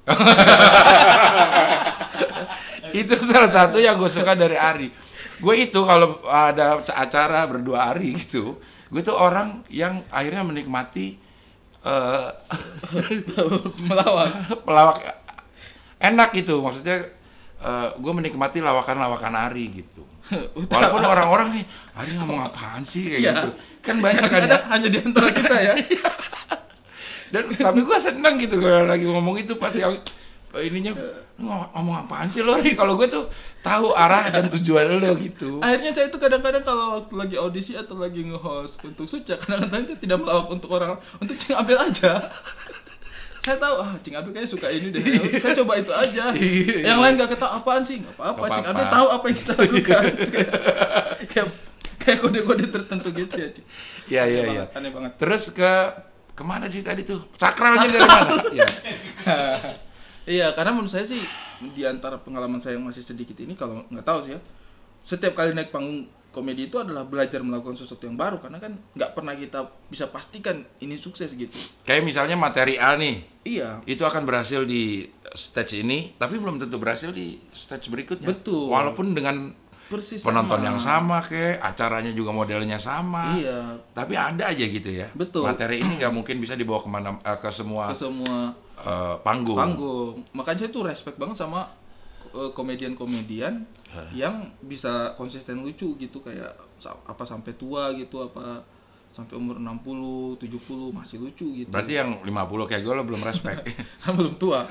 Itu salah satu yang gue suka dari Ari. Gue itu kalau ada acara berdua Ari gitu, gue tuh orang yang akhirnya menikmati eh Melawak. pelawak enak gitu, maksudnya eh, gue menikmati lawakan-lawakan Ari gitu. Walaupun orang-orang nih, Ari ngomong apaan sih kayak Iya. gitu, kan banyak kan ya. Kadang hanya di antara kita ya. Dan tapi gue seneng gitu kalau lagi ngomong itu pas yang ininya lu ngomong apaan sih lo nih, kalau gue tuh tahu arah dan tujuan lo gitu. Akhirnya saya itu kadang-kadang kalau waktu lagi audisi atau lagi nge-host untuk Suca, kadang-kadang itu tidak melawak untuk orang, untuk Cing Abdel aja. Saya tahu, ah Cing Abdel kayaknya suka ini deh. Saya coba itu aja. Yang lain gak ketahui apaan sih, nggak apa-apa. Nggak Cing apa-apa. Abdel tahu apa yang kita lakukan. kayak kayak kode-kode tertentu gitu ya, Cing. Iya iya Aneh iya. banget, Aneh banget. Terus ke kemana sih tadi tuh? Sakralnya dari mana? Ya. Iya, karena menurut saya sih di antara pengalaman saya yang masih sedikit ini, kalau nggak tahu sih ya, setiap kali naik panggung komedi itu adalah belajar melakukan sesuatu yang baru, karena kan nggak pernah kita bisa pastikan ini sukses gitu. Kayak misalnya materi A nih, Iya, itu akan berhasil di stage ini, tapi belum tentu berhasil di stage berikutnya. Betul. Walaupun dengan persis penonton sama. yang sama, kayak acaranya juga modelnya sama. Iya, Tapi ada aja gitu ya. Betul. Materi ini nggak mungkin bisa dibawa kemana eh, ke semua ke semua eh, panggung. panggung. Makanya saya tuh respect banget sama eh, komedian-komedian yang bisa konsisten lucu gitu, kayak sa- apa sampai tua gitu, apa sampai umur enam puluh, tujuh puluh masih lucu gitu. Berarti yang lima puluh kayak gue lo belum respect. Kan belum tua.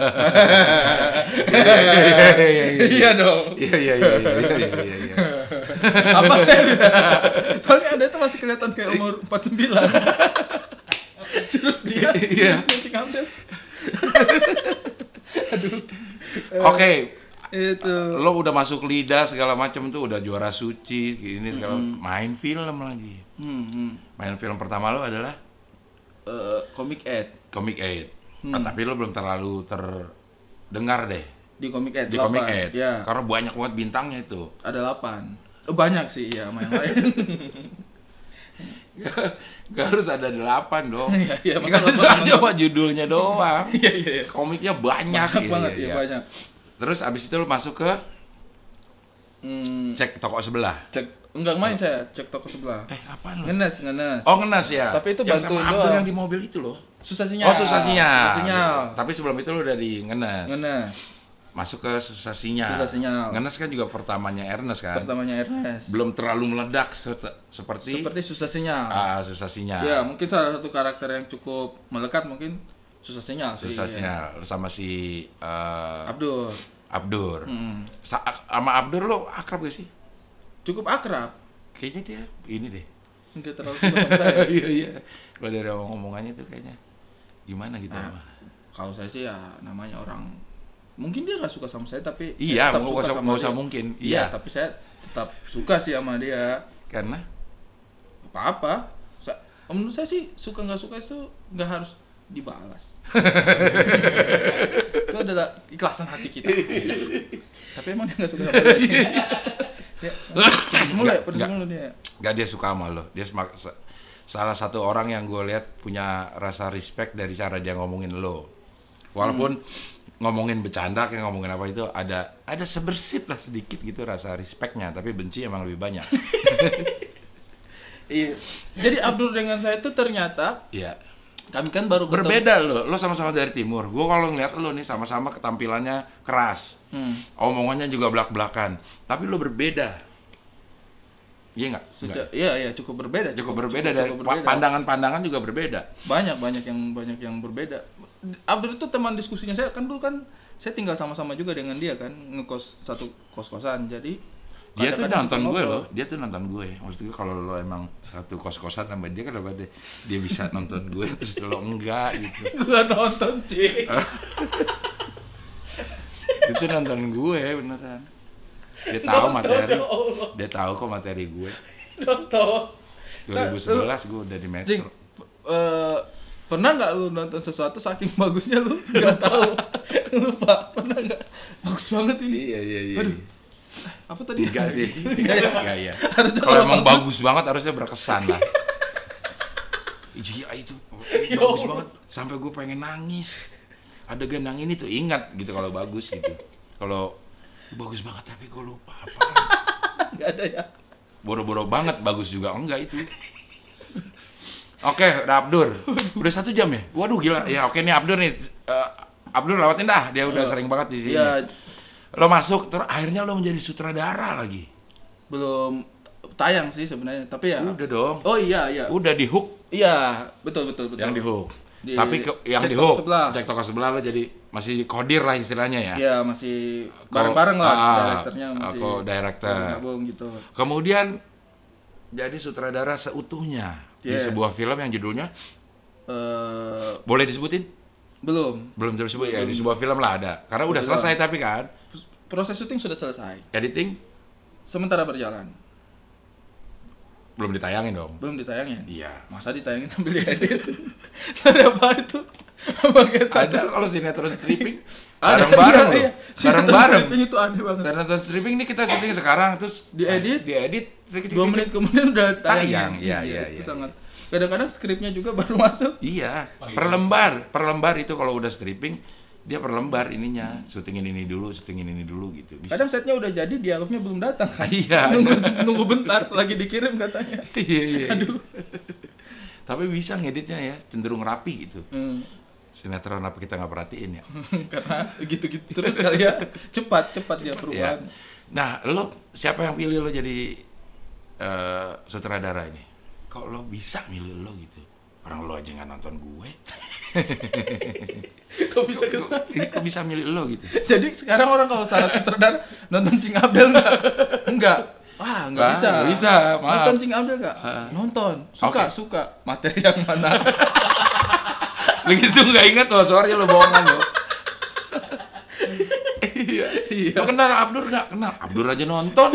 Iya Iya dong. iya iya iya iya iya iya. Apa saya? Soalnya Anda itu masih kelihatan kayak umur empat puluh sembilan. Terus dia Iya. nanti ngambil. Oke, Itu. lo udah masuk lidah segala macam tuh, udah juara suci ini segala main film lagi. Hmm, hmm. Main film pertama lo adalah Eh, Comic Ed Comic Aid. Ah, tapi lo belum terlalu terdengar deh di Comic Ed. di Comic Aid. Ya, Karena banyak banget bintangnya itu. ada delapan. Oh, banyak sih ya sama yang lain. Gak harus ada delapan dong. Iya, iya, Gak harus delapan, ada cuma judulnya doang. Iya, iya, iya. Komiknya banyak, Banyak iya, banget iya, ya, iya. banyak. Terus abis itu lo masuk ke Hmm, Cek toko sebelah. cek enggak main saya, cek toko sebelah. Eh, apaan lo? Ngenes, ngenes. Oh, ngenas ya. Tapi itu yang bantuin sama Abdur doang. yang di mobil itu loh. Susah sinyal. Oh, susah sinyal. Susah sinyal. Tapi sebelum itu lo udah di ngenas. Ngenes. Masuk ke susah sinyal. Susah sinyal. Ngenas kan juga pertamanya Ernest kan. Pertamanya Ernest. Belum terlalu meledak se- seperti Seperti susah sinyal. ah, susah sinyal. Ya, mungkin salah satu karakter yang cukup melekat mungkin susah sinyal sih. Susah ya. sinyal sama si eh, Abdur. Abdur. Hmm. Sa- sama Abdur lo akrab gak sih? Cukup akrab. Kayaknya dia ini deh. Enggak terlalu suka sama saya. Iya iya. Kalau dari ngomong-ngomongannya tuh kayaknya gimana gitu. Nah, sama. kalau saya sih ya namanya orang mungkin dia nggak suka sama saya tapi Iya, saya tetap nggak suka usah- sama nggak usah dia. mungkin. Iya, Iya. tapi saya tetap suka sih sama dia. Karena Apa-apa. Sa- menurut saya sih suka nggak suka itu nggak harus dibalas. Itu adalah ikhlasan hati kita. Tapi emang dia nggak suka sama dia. Ya, pedes mulu ya, pedes Nggak. mulu dia. gak dia suka sama lo. Dia semak- sa- salah satu orang yang gue lihat punya rasa respect dari cara dia ngomongin lo. Walaupun ngomongin bercanda kayak ngomongin apa itu ada ada sebersit lah sedikit gitu rasa respectnya, tapi benci emang lebih banyak. Iya. Jadi Abdur dengan saya itu ternyata Iya. kami kan baru ketemu- Berbeda lo, lo sama-sama dari timur. Gue kalau ngeliat lo nih sama-sama ketampilannya keras, Hmm. omongannya juga belak-belakan. Tapi lo berbeda, iya nggak? Sejak, iya iya cukup berbeda. Cukup berbeda dari cukup pa- berbeda. pandangan-pandangan juga berbeda. Banyak banyak yang banyak yang berbeda. Abdur itu teman diskusinya saya kan dulu kan saya tinggal sama-sama juga dengan dia kan ngekos satu kos-kosan jadi Dia tuh kadang-kadang nonton kita gue ngobrol. loh, dia tuh nonton gue. Maksud gue kalau lo emang satu kos-kosan sama dia kenapa dia, dia bisa nonton gue terus lo enggak gitu. Gua nonton sih. Itu nonton gue beneran. Dia tahu materi, dia tahu kok materi gue. Nonton. dua ribu sebelas gue udah di Cing, Metro. eh, pernah nggak lu nonton sesuatu saking bagusnya lu nggak tahu lupa pernah nggak bagus banget ini Iya iya iya. Aduh. apa tadi Enggak sih. Enggak ya? Enggak ya. Harusnya Kalau kalau emang bagus. bagus banget harusnya berkesan lah. Iya itu Ya bagus Allah. banget sampai gue pengen nangis. Adegan yang ini tuh ingat gitu kalau bagus gitu. Kalau bagus banget tapi gue lupa apa. nggak ada ya Boro-boro banget bagus juga enggak itu. Oke, udah Abdur. Udah satu jam ya? Waduh gila. Ya oke nih Abdur nih. Eh, Abdur lewatin dah. Dia udah Eh, sering banget di sini. ya Lo masuk terus akhirnya lo menjadi sutradara lagi. belum tayang sih sebenarnya tapi ya Udah dong. oh iya iya Udah di hook. iya betul betul betul Yang di hook. Di- Tapi ke, yang cek di toko hook, sebelah. cek toko sebelah lo jadi masih kodir lah istilahnya ya. Iya masih Ko- bareng-bareng lah ah, direkturnya masih ko- director. gabung gitu Kemudian jadi sutradara seutuhnya di Yes. sebuah film yang judulnya eh boleh disebutin? belum Belum disebut ya di sebuah film lah ada. Karena udah Belum. selesai tapi kan proses syuting sudah selesai editing sementara berjalan belum ditayangin dong. belum ditayangin Iya. masa ditayangin sambil diedit ada apa itu bagian satu Ada kalau sinetron stripping Ada, bareng-bareng iya, loh. iya. Bareng-bareng. Sinetron itu aneh banget Sinetron stripping ini kita syuting sekarang terus Diedit. diedit dua menit kemudian udah Tayang, tayang iya, iya, itu iya. sangat kadang-kadang skripnya juga baru masuk Iya, per lembar, per lembar itu kalau udah stripping dia per lembar ininya, syutingin ini dulu, syutingin ini dulu gitu. Bisa. kadang setnya udah jadi dialognya belum datang kan Iya. nunggu, nunggu bentar lagi dikirim katanya Iya, iya. aduh Tapi bisa ngeditnya ya, cenderung rapi gitu. Hmm. Sinetron apa kita nggak perhatiin ya? karena gitu-gitu terus kali ya cepat cepat dia Ya. perubahan Nah, lo siapa yang pilih lo jadi eh, sutradara ini? Kok lo bisa milih lo gitu? Orang lo aja nggak nonton gue. kok bisa ke sana? Kok bisa milih lo gitu? Jadi sekarang orang kalau salah sutradara nonton Cing Abdel enggak? Enggak. Wah, enggak Wah, bisa. nggak bisa, maaf. Nonton Cing Abdel enggak? Nonton. Suka, Oke. suka. Materi yang mana? Begitu nggak ingat lo, sorry lo bohongan lo. Iya. Iya. Lo kenal Abdur nggak? Kenal. Abdur aja nonton.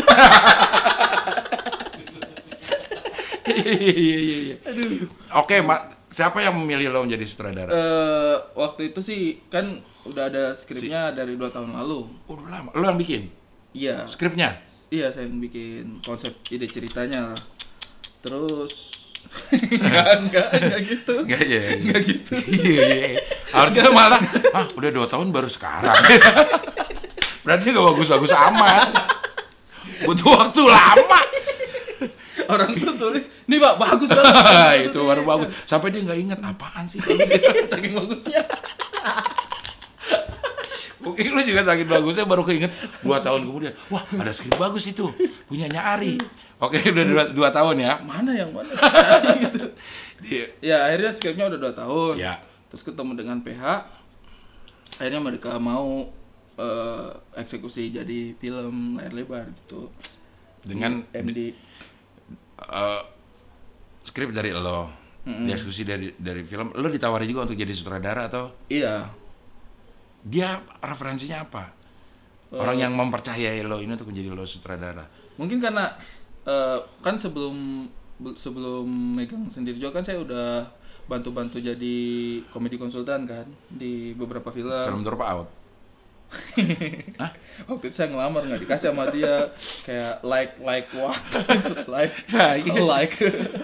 Iya iya iya. Aduh. Oke, Mak. Siapa yang memilih lo menjadi sutradara? Eh, waktu itu sih kan udah ada skripnya dari dua tahun lalu. Oh, udah lama. Lo yang bikin Iya. skripnya? Iya, saya yang bikin konsep ide ceritanya lah. Terus enggak, enggak, enggak gitu. Enggak ya. Enggak gitu. Iya iya. Harusnya malah, ah udah dua tahun baru sekarang. Berarti gak bagus-bagus amat. butuh waktu lama. Orang tuh tulis, nih Pak, bagus banget. Itu baru bagus. Sampai dia nggak inget apaan sih. Saking bagusnya. Mungkin lu juga saking bagusnya baru keinget dua tahun kemudian. Wah, ada skrip bagus itu. Punyanya Ari. Oke, udah dua, dua tahun ya. Mana yang mana? Gitu. Dia, Ya akhirnya skripnya udah dua tahun. ya. Terus ketemu dengan P H. Akhirnya mereka mau uh, eksekusi jadi film layar lebar gitu. Dengan M D. uh, skrip dari lo, Mm-mm. diskusi dari dari film, lo ditawari juga untuk jadi sutradara atau Iya. dia referensinya apa? Orang yang mempercayai lo ini untuk menjadi lo sutradara. Mungkin karena uh, kan sebelum be- sebelum megang sendiri juga kan saya udah bantu-bantu jadi komedi konsultan kan di beberapa film. Film Drop Out. Hah? Waktu itu saya ngelamar nggak dikasih sama dia, kayak like like what like Nah, iya. like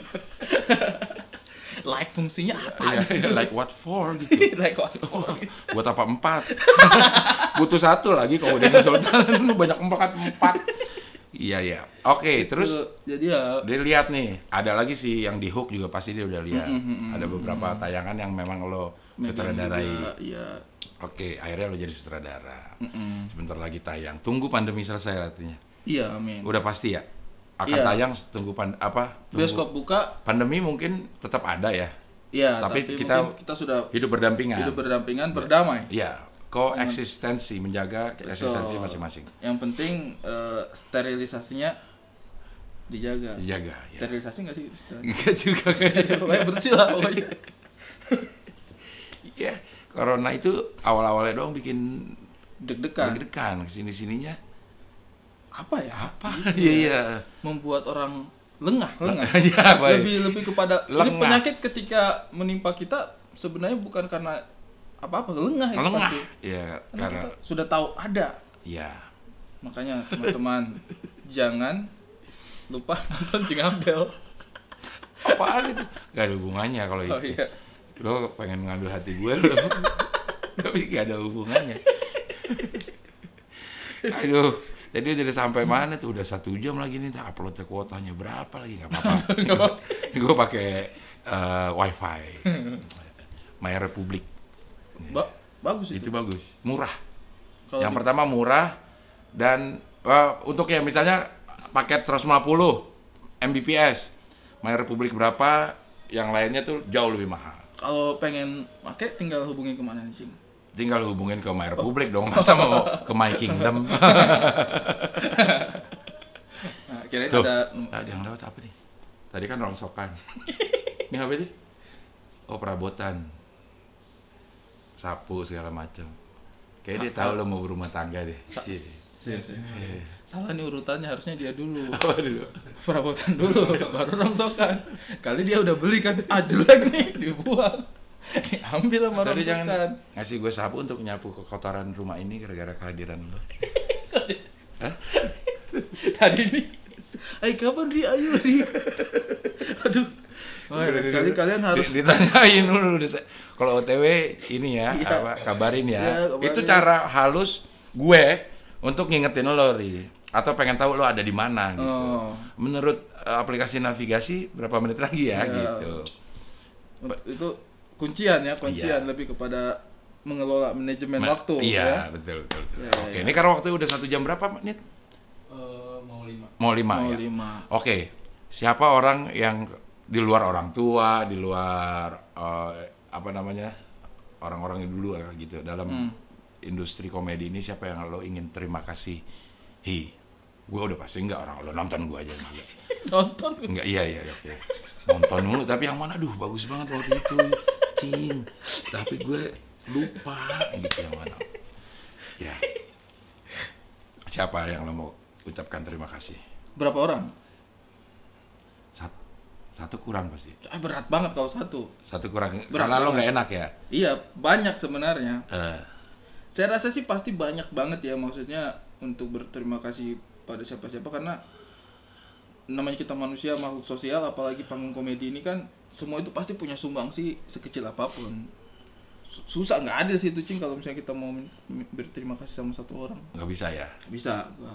like fungsinya apa gitu. Like what for gitu. Like what Buat apa empat? Butuh satu lagi kalau udah konsultan lu banyak empat empat. Iya ya. Oke, terus jadi ya dia lihat nih, ada lagi sih yang di Hook juga pasti dia udah lihat. Mm, mm, mm, Ada beberapa tayangan yang memang lo sutradarai. Iya. Oke, akhirnya lo jadi sutradara. Mm-mm. Sebentar lagi tayang. Tunggu pandemi selesai artinya. Iya, amin. Udah pasti ya. Akan Iya. tayang tunggu pan apa? Tunggu. Bioskop buka, Pandemi mungkin tetap ada ya. iya, Tapi tapi, kita- mungkin kita sudah Hidup berdampingan. hidup berdampingan, berdamai. Iya, koeksistensi, menjaga eksistensi So, masing-masing. Yang penting eh, sterilisasinya dijaga. Dijaga ya. Sterilisasi nggak sih? Sterilisasi. Enggak juga kayaknya. Pokoknya bersih lah pokoknya. Iya, corona itu awal-awalnya doang bikin Deg-degan. deg-degan, kesini-sininya Apa ya? apa? Iya, iya. Membuat orang lengah, lengah. Iya, baik. lebih lebih kepada ini Lengah. penyakit ketika menimpa kita sebenarnya bukan karena apa-apa, lengah itu Lengah. pasti. Iya, Karena karena kita sudah tahu ada. iya. Makanya teman-teman jangan lupa nonton Cingambel. Apaan itu? Gak ada hubungannya kalau itu. Oh iya. Lo pengen ngambil hati gue lo. Tapi gak ada hubungannya. Aduh, jadi udah sampai mana tuh? Udah satu jam lagi nih, tak uploadnya kuotanya berapa lagi? Gak apa-apa. Nggak apa-apa. Gue pakai eh, wifi. My Republic. Ba- bagus itu. Itu bagus, murah. Kalau Yang di- pertama murah dan eh, untuk yang misalnya paket seratus lima puluh Mbps, My Republic berapa? Yang lainnya tuh jauh lebih mahal. kalau pengen pakai tinggal hubungi kemana nih, Cing? Tinggal hubungin ke My Republic dong, masa mau ke My Kingdom. Nah, kirain Tuh, ada ada yang lewat apa nih? Tadi kan rongsokan. Ini apa sih? Oh, perabotan. Sapu segala macam. Kayaknya dia tahu lo mau berumah tangga deh. Sih. Sih, sih. Salah nih urutannya, harusnya dia dulu. Apa dulu? Perabotan dulu, baru rongsokan. Kali dia udah beli kan, ah jelek nih, dibuang. Diambil sama Tadi rongsokan. jangan ngasih gue sapu untuk nyapu kekotoran rumah ini gara-gara kehadiran lo. Hah? Tadi nih, ayo kapan Ri, ayo Ri. Aduh, wah, kali kalian harus Di- ditanyain dulu. Disa- Kalau O T W ini ya, Iya. apa, kabarin ya. Iya, kabarin. Itu cara halus gue untuk ngingetin lo, Ri. Atau pengen tahu lo ada di mana gitu. Oh. Menurut eh, aplikasi navigasi berapa menit lagi ya Iya. gitu. itu kuncian ya, kuncian Iya. lebih kepada mengelola manajemen Ma- waktu Iya, ya. betul betul. betul. Iya, Oke, iya. ini karena waktu udah satu jam berapa menit? Eh, mau lima. Mau lima Mau ya. lima. Oke, siapa orang yang di luar orang tua, di luar eh, apa namanya orang-orang yang dulu lah gitu dalam Hmm. industri komedi ini siapa yang lo ingin terima kasih? Hi, gue udah pasti enggak orang lo nonton gue aja enggak. Nonton. Enggak, iya iya oke. Nonton mulu tapi yang mana? Duh bagus banget waktu itu, cing. Tapi gue lupa gitu yang mana. Ya. Siapa yang lo mau ucapkan terima kasih? Berapa orang? Sat, satu kurang pasti. Ah, berat banget kalau satu. Satu kurang Berat karena lo banget. nggak enak ya. Iya, banyak sebenarnya. Eh, Saya rasa sih pasti banyak banget ya, maksudnya untuk berterima kasih pada siapa-siapa, karena namanya kita manusia, makhluk sosial, apalagi panggung komedi ini kan semua itu pasti punya sumbangsi sekecil apapun. Su- Susah, nggak ada sih itu, Cing, kalau misalnya kita mau men- berterima kasih sama satu orang. nggak bisa ya. Bisa, gua.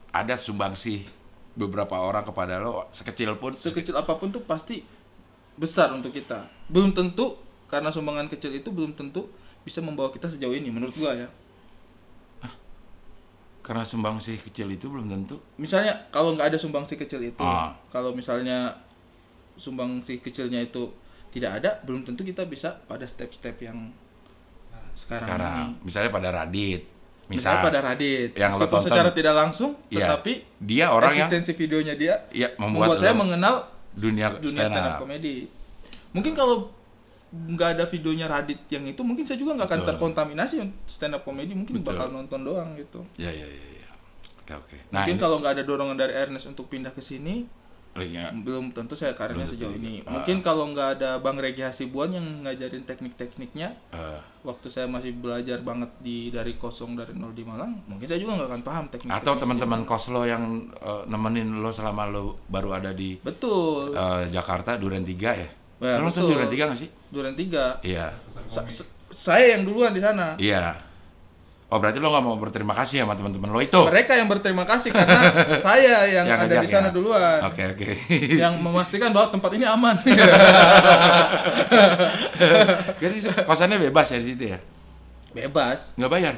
ada sumbangsi beberapa orang kepada lo sekecil pun sekecil apapun tuh pasti besar untuk kita. Belum tentu karena sumbangan kecil itu belum tentu bisa membawa kita sejauh ini menurut gua ya. Karena sumbangsi kecil itu belum tentu. Misalnya kalau nggak ada sumbangsi kecil itu, Ah. kalau misalnya sumbangsi kecilnya itu tidak ada, belum tentu kita bisa pada step-step yang sekarang, Sekarang, ini. misalnya pada Radit, Misalnya misal pada Radit, yang lo meskipun tonton, secara tidak langsung, iya, tetapi dia orang yang eksistensi videonya dia ya, membuat, membuat, saya lo mengenal dunia dunia stand stand up up. comedy. Mungkin kalau nggak ada videonya Radit yang itu, mungkin saya juga nggak akan Betul. terkontaminasi stand up comedy, mungkin Betul. bakal nonton doang gitu. Ya ya ya ya. Oke oke. Nah, Mungkin ini- kalau nggak ada dorongan dari Ernest untuk pindah ke sini, oh, iya. belum tentu saya karirnya Belum tentu, sejauh ini. ah. Mungkin kalau nggak ada Bang Regi Hasibuan yang ngajarin teknik-tekniknya, Eh, waktu saya masih belajar banget di dari kosong dari nol di Malang, mungkin saya juga nggak akan paham teknik. atau teman-teman kos lo yang eh, nemenin lo selama lo baru ada di Betul. eh, Jakarta Duren tiga ya? Ya, lo langsung betul. Duren tiga nggak sih? Duren tiga. Iya. Sa- sa- saya yang duluan di sana. Iya. Oh berarti lo nggak mau berterima kasih sama teman-teman lo itu? Mereka yang berterima kasih karena saya yang, Yang ada ngajak di sana ya? duluan. Oke oke. Yang memastikan bahwa tempat ini aman. Jadi kosannya bebas ya di situ ya? Bebas. Nggak bayar?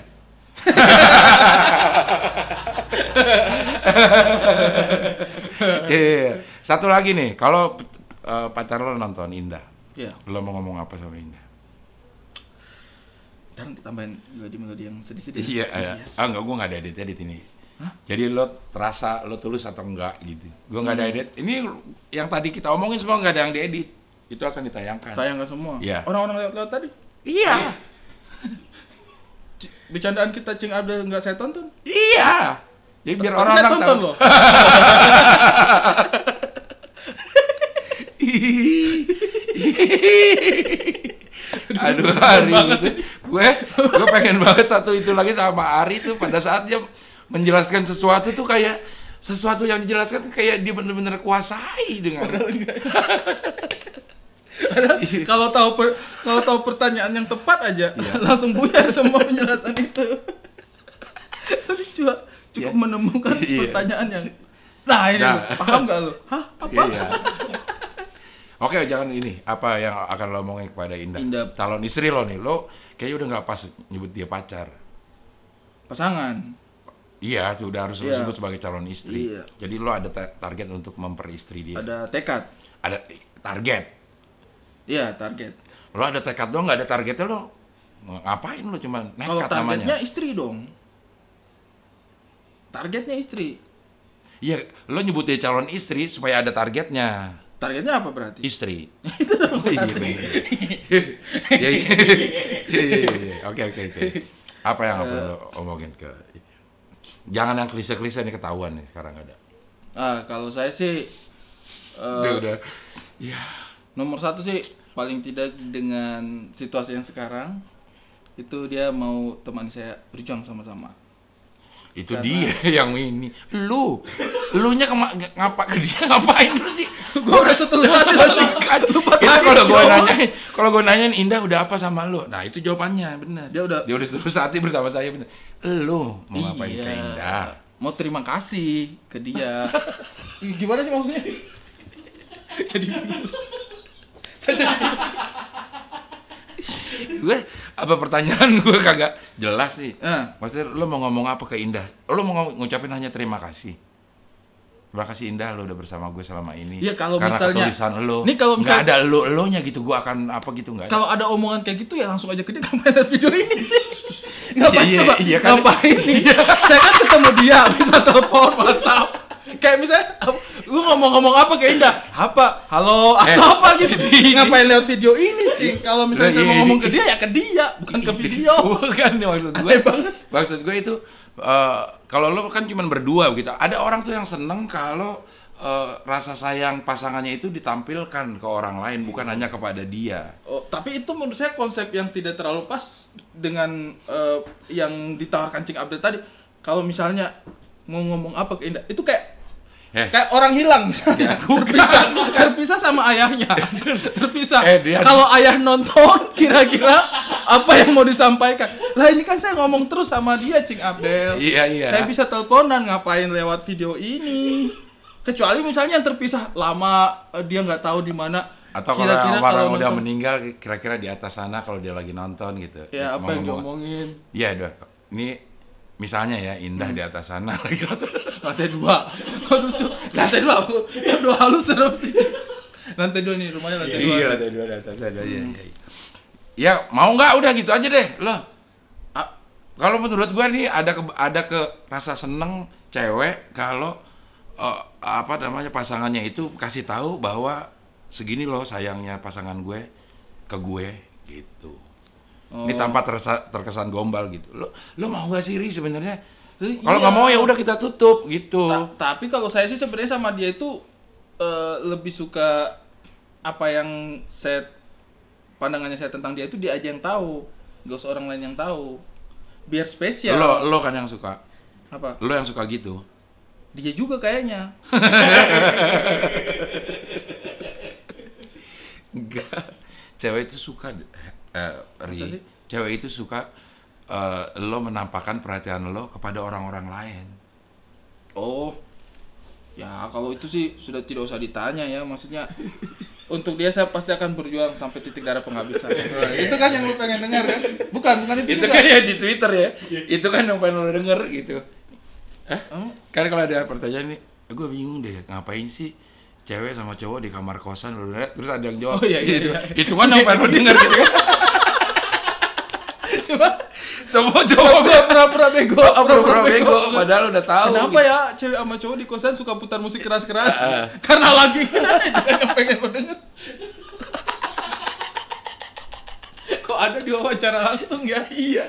Iya. Satu lagi nih, kalau eh, pacar lo nonton Indah, Iya. lo mau ngomong apa sama Indah? Ntar ditambahin melodi-melodi yang sedih-sedih. Iya, iya. Yes. Ah enggak, gua nggak ada edit-edit ini. Jadi lo terasa lo tulus atau enggak gitu. Gua nggak ada Hmm. edit. Ini yang tadi kita omongin semua nggak ada yang diedit. Itu akan ditayangkan. Tayangkan semua. Iya. Orang-orang lewat-lewat tadi. Iya. C- Bercandaan kita Cing Abdel nggak saya tonton. Iya. Jadi biar Tapi orang-orang saya tonton tahu. loh. Aduh Ari gitu. Gue gue pengen banget satu itu lagi sama Ari tuh pada saat dia menjelaskan sesuatu tuh kayak sesuatu yang dijelaskan tuh kayak dia benar-benar kuasai dengan Kalau tahu per- kalau tahu pertanyaan yang tepat aja, Iya. langsung buyar semua penjelasan itu. Tapi cuma cukup Iya. menemukan Iya. pertanyaan yang nah ini Nah. loh, paham nggak lo? Hah? Apa? Iya. Oke, jangan ini. Apa yang akan lo omongin kepada Indah? Indah. Calon istri lo nih. Lo kayaknya udah nggak pas nyebut dia pacar. Pasangan. Iya, tuh udah harus lo Iya. sebut sebagai calon istri. Iya. Jadi lo ada ta- target untuk memperistri dia. Ada tekad. Ada target. Iya, target. Lo ada tekad lo, nggak ada targetnya lo ngapain lo cuma Kalau nekat targetnya namanya? istri dong. Targetnya istri. Iya, lo nyebut dia calon istri supaya ada targetnya. Targetnya apa berarti? Istri. Oh, iya bener. Iya iya. Iya iya iya. Oke oke oke. Apa yang perlu lo omongin ke? Jangan yang klise-klise nih ketahuan nih sekarang ada. Ah, kalau saya sih eh, Udah udah. Ya. nomor satu sih paling tidak dengan situasi yang sekarang itu dia mau temani saya berjuang sama-sama. Itu Karena- dia yang ini. Lu, lu nya kema- ngapa ke dia ngapain lu sih? Gua udah setulus hati loh, Cing. Kan, Lupa itu tadi kalau gue jawab. nanyain, kalau gue nanyain Indah udah apa sama lu? Nah itu jawabannya benar. Dia udah- dia udah terus hati bersama saya benar. Lu mau ngapain Iya. ke Indah? Mau terima kasih ke dia. Gimana sih maksudnya? Jadi saya jadi Gue apa pertanyaan gue kagak jelas sih. Eh. Maksudnya lu mau ngomong apa ke Indah? Lu mau ngomong- ngucapin hanya terima kasih. Terima kasih Indah lu udah bersama gue selama ini. Iya, kalau karena misalnya- ketulisan lu. Nih, kalau nggak misal- ada lu elunya gitu gue akan apa gitu nggak ada. kalau ada omongan kayak gitu ya langsung aja ke dia, ngapain lihat video ini sih? Ngapain Iya, coba? iya kan? Ngapain sih? Saya kan ketemu dia bisa telepon, WhatsApp. Kayak misalnya apa- lu ngomong-ngomong apa ke Indah? Apa? Halo, Eh, atau apa gitu. ini- Ngapain lihat video ini, Cing? Kalau misalnya Lah, saya iya, mau ngomong ini- ke dia ya ke dia, bukan ke video. Bukan maksud gue. Aneh banget. Maksud gue itu eh, kalau lo kan cuma berdua gitu. Ada orang tuh yang seneng kalau eh, rasa sayang pasangannya itu ditampilkan ke orang lain bukan hanya kepada dia. Oh, tapi itu menurut saya konsep yang tidak terlalu pas dengan eh, yang ditawarkan Cing Abdel tadi. Kalau misalnya mau ngomong apa ke Indah, itu kayak Eh. kayak orang hilang misalnya. Terpisah, terpisah sama ayahnya. Terpisah. Eh, dia- Kalau ayah nonton, kira-kira apa yang mau disampaikan. Lah ini kan saya ngomong terus sama dia, Cing Abdel. Iya, iya. Saya bisa teleponan, ngapain lewat video ini? Kecuali misalnya yang terpisah lama, eh, dia nggak tahu di mana. Atau kalau Kira-kira orang kalau udah nonton- meninggal, kira-kira di atas sana kalau dia lagi nonton gitu. Ya apa yang Ngomong-ngomong. diomongin? Iya, Dok. Ini misalnya ya, Indah di atas sana lagi nonton. Lantai dua. Kok lucu? Lantai dua. Ya dua halus serem sih. Lantai dua nih, rumahnya lantai dua. Iya, lantai dua, lantai dua. Iya, iya. Ya, mau nggak udah gitu aja deh, lo. Ah, Kalau menurut gua nih ada ke, ada ke rasa seneng cewek kalau eh, apa namanya pasangannya itu kasih tahu bahwa segini loh sayangnya pasangan gue ke gue gitu. Ini tanpa tersa- terkesan gombal gitu. Lo lo mau nggak sih Ri sebenarnya? Eh, Kalau iya. nggak mau ya udah kita tutup gitu. Ta- tapi kalau saya sih sebenarnya sama dia itu eh, lebih suka apa yang saya pandangannya saya tentang dia itu dia aja yang tahu, gak usah orang lain yang tahu. Biar spesial. Lo lo kan yang suka. Apa? Lo yang suka gitu. Dia juga kayaknya. Enggak. Cewek itu suka eh, Ri. Masa sih? Cewek itu suka eh, lo menampakkan perhatian lo kepada orang-orang lain. Oh. Ya, kalau itu sih sudah tidak usah ditanya ya, maksudnya untuk dia saya pasti akan berjuang sampai titik darah penghabisan. Nah, itu kan yang lu pengen dengar kan? Bukan, bukan itu, Itu juga. kan ya di Twitter ya. Itu kan yang pengen lo denger gitu. Hah? Hmm? Kan kalau ada pertanyaan nih, gue bingung deh ngapain sih cewek sama cowok di kamar kosan lo lihat terus ada yang jawab. Oh, iya, iya, gitu. iya. Itu kan yang pengen lo denger gitu kan. Coba Semua jawab pura-pura bego, pura-pura bego padahal udah tahu. Kenapa gitu. ya cewek sama cowok di kosan suka putar musik keras-keras? Ah. Karena lagi itu kan yang pengen lo denger. Kok ada di wawancara langsung ya? Iya.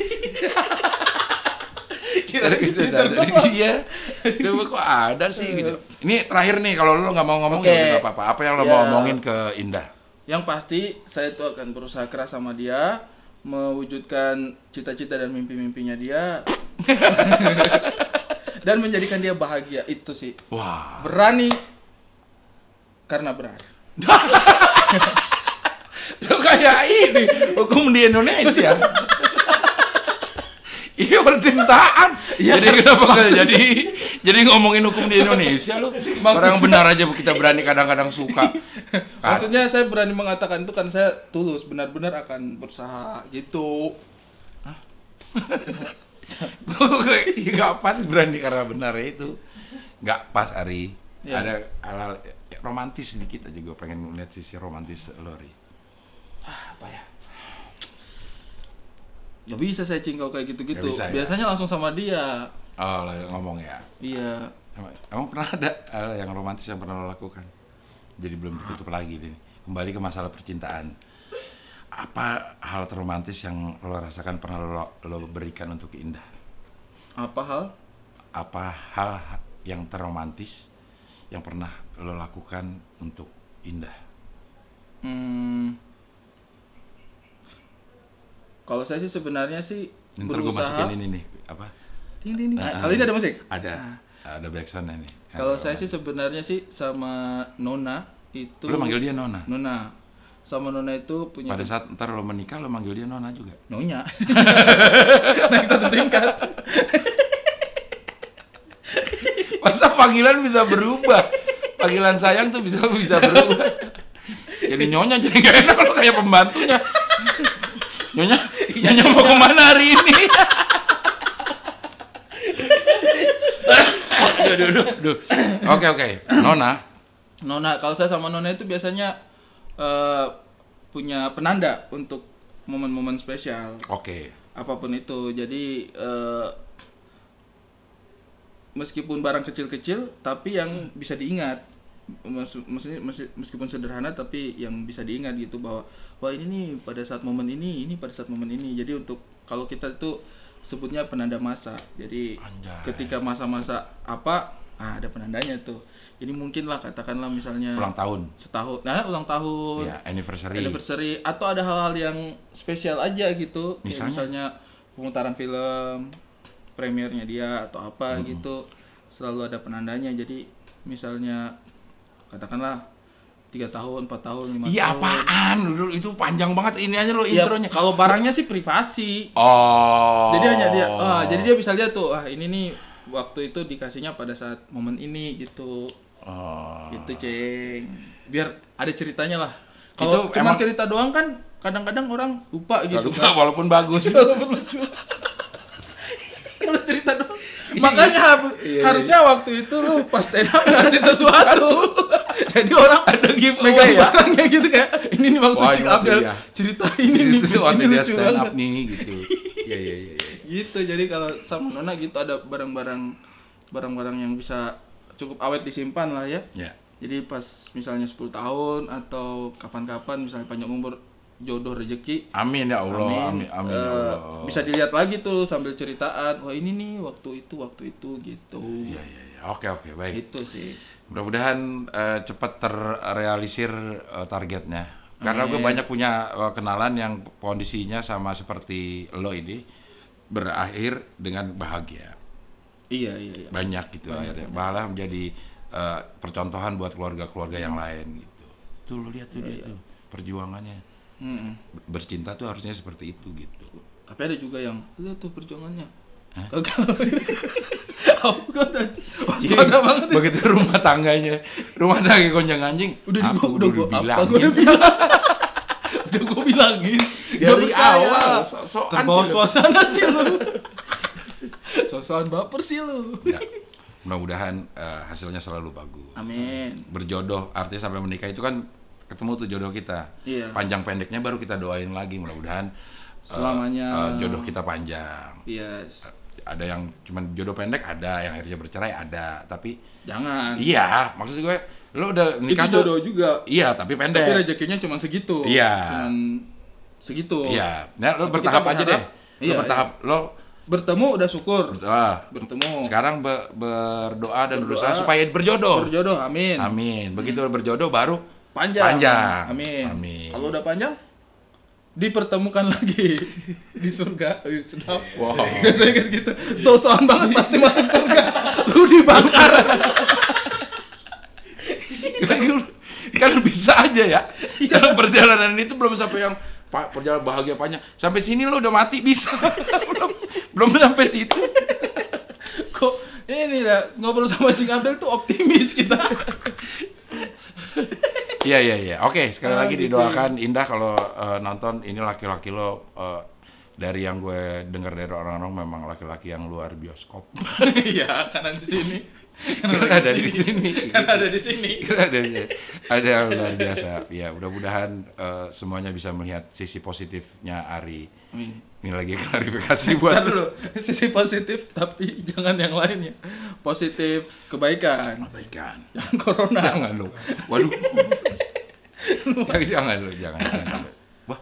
Kira Dari itu dari dia. Coba kok ada sih gitu. Ini terakhir nih kalau lo nggak mau ngomong Oke. ya nggak apa-apa. Apa yang lo Ya. mau ngomongin ke Indah? Yang pasti saya itu akan berusaha keras sama dia, mewujudkan cita-cita dan mimpi-mimpinya dia dan menjadikan dia bahagia. Itu sih. Wah. Berani karena benar. Lo kayak ini hukum di Indonesia. Ini percintaan. Ya, jadi kenapa nggak jadi jadi ngomongin hukum di Indonesia lo? Orang benar aja kita berani kadang-kadang suka. Kan? Maksudnya saya berani mengatakan itu kan saya tulus, benar-benar akan berusaha gitu. Nggak pas berani karena benar ya itu. Nggak pas Ari. Ya. Ada hal-hal romantis sedikit aja gue pengen lihat sisi romantis lo Ri. Apa ya? Ya bisa saya cingkau kayak gitu-gitu. Ya bisa, ya. Biasanya langsung sama dia. Oh lo yang ngomong ya. Iya. Emang, emang pernah ada hal yang romantis yang pernah lo lakukan? Jadi belum ditutup lagi nih. Kembali ke masalah percintaan. Apa hal terromantis yang lo rasakan pernah lo, lo berikan untuk Indah? Apa hal? Apa hal yang terromantis yang pernah lo lakukan untuk Indah? Hmm. Kalau saya sih sebenarnya sih Ntar gue berusaha. masukin ini nih apa? Ding, ding, ding. Ah, Kali ini ada musik? Ada. Ada backsound nih. Kalau saya sih sebenarnya sih sama Nona itu. Lo manggil dia Nona? Nona. Sama Nona itu punya Pada saat ntar lo menikah lo manggil dia Nona juga? Nyonya. Naik satu tingkat. Masa panggilan bisa berubah? Panggilan sayang tuh bisa bisa berubah. Jadi Nyonya jadi gak enak kalau kayak pembantunya. Nyonya, Nyonya mau kemana hari ini? Duh, duh, duh, duh. Oke oke, Nona. Nona, kalau saya sama Nona itu biasanya eh, punya penanda untuk momen-momen spesial. Oke. Apapun itu. Jadi eh, meskipun barang kecil-kecil tapi yang bisa diingat. Maksud- Maksudnya mes- meskipun sederhana tapi yang bisa diingat gitu bahwa wah ini nih pada saat momen ini, ini pada saat momen ini. Jadi untuk kalau kita itu sebutnya penanda masa. Jadi Anjay. ketika masa-masa apa, ah, ada penandanya tuh. Jadi mungkin lah katakanlah misalnya Ulang tahun. setahun, nah ulang tahun, Ya, anniversary. anniversary atau ada hal-hal yang spesial aja gitu. Kayak Misalnya? misalnya pemutaran film, premiernya dia atau apa gitu. Selalu ada penandanya. Jadi misalnya katakanlah tiga tahun, empat tahun, lima tahun. Iya apaan? Dulu itu panjang banget ini aja lo Ya, intronya. kalau barangnya sih privasi. Oh. Jadi hanya dia, ah, jadi dia bisa lihat tuh, ah ini nih waktu itu dikasihnya pada saat momen ini gitu. Oh. Gitu, Ceng. Biar ada ceritanya lah. Kalau Itu cuma emang- cerita doang kan kadang-kadang orang lupa gitu Lupa, kan. walaupun bagus. Walaupun lucu. Kalau cerita doang. Makanya Iya, harusnya waktu itu lu pas stand up ngasih sesuatu. Jadi orang Ada giveaway megang ya? barangnya gitu kayak ini nih waktu Wah, Cing ini waktu Abdel dia. cerita ini nih. Ini waktu ini dia lucu stand banget. up nih gitu. Iya iya iya. iya. Gitu. Jadi kalau sama Nona gitu ada barang-barang barang-barang yang bisa cukup awet disimpan lah ya. Ya. Jadi pas misalnya sepuluh tahun atau kapan-kapan misalnya panjang umur jodoh rezeki, Amin ya Allah. Amin amin, amin, ya eh, Allah. bisa dilihat lagi tuh sambil ceritaan, wah ini nih waktu itu waktu itu gitu. Iya iya iya. Oke oke baik. Itu sih. Mudah-mudahan eh, cepat terrealisir eh, targetnya. Karena gue Amin. banyak punya eh, kenalan yang kondisinya sama seperti lo ini berakhir dengan bahagia. Iya iya iya. Banyak gitu Banyak, akhirnya. banyak. Malah menjadi eh, percontohan buat keluarga-keluarga yang lain gitu. Tuh lo lihat tuh Iya, dia iya. tuh perjuangannya. Mm-mm. Bercinta tuh harusnya seperti itu gitu. Tapi ada juga yang lihat tuh perjuangannya. Hah? Gagal. Aku kan waspada banget. ya. Begitu rumah tangganya, rumah tangga konjang anjing. Udah di aku gua udah gua apa? bilangin. Gua udah bilang. Udah gua bilangin. Nggak Dari percaya. awal, sok-sokan Terbawa sih lu. suasana sih lu. Sosokan baper sih lu. Ya, mudah-mudahan eh, hasilnya selalu bagus. Amin. Berjodoh artinya sampai menikah itu kan ketemu tuh jodoh kita. Iya. Panjang pendeknya baru kita doain lagi mudah-mudahan eh, Selamanya. eh, jodoh kita panjang. Yes. Ada yang cuman jodoh pendek, ada yang akhirnya bercerai, ada. Tapi Jangan. iya, maksud gue lo udah Itu nikah tuh. jodoh juga. Iya, tapi pendek. Tapi rezekinya cuma segitu. Iya. Cuman segitu. Iya, nah, lo Tapi bertahap kita aja deh. berharap- Lo Iya, bertahap, lo Bertemu udah syukur. ah, Bertemu. sekarang be- berdoa dan Berdoa. berusaha supaya berjodoh. Berjodoh, amin. Amin. Begitu berjodoh baru Panjang. Panjang. Amin. Amin. Kalau udah panjang dipertemukan lagi di surga. Ayo, sedap. Wow. Biasanya kayak gitu. So-soan banget pasti masuk surga. Lu dibakar. kan bisa aja ya. Dalam perjalanan itu belum sampai yang pa- perjalanan bahagia panjang. Sampai sini lo udah mati bisa. belum belum sampai situ. Kok ini dah ngobrol sama Cing Abdel tuh optimis kita. Iya iya iya. Oke, sekali Ah, lagi gitu. didoakan Indah kalau eh, nonton ini laki-laki lo eh, dari yang gue dengar dari orang-orang memang laki-laki yang luar bioskop. Iya, karena di sini. Karena ada di sini. Karena ada di sini. ada ada yang luar biasa. Ya, mudah-mudahan eh, semuanya bisa melihat sisi positifnya Ari. Amin. Ini lagi klarifikasi buat Ntar dulu, sisi positif tapi jangan yang lainnya. Positif kebaikan, kebaikan. jangan corona. Jangan lo. Waduh. Ya, jangan lo, jangan. jangan. Wah,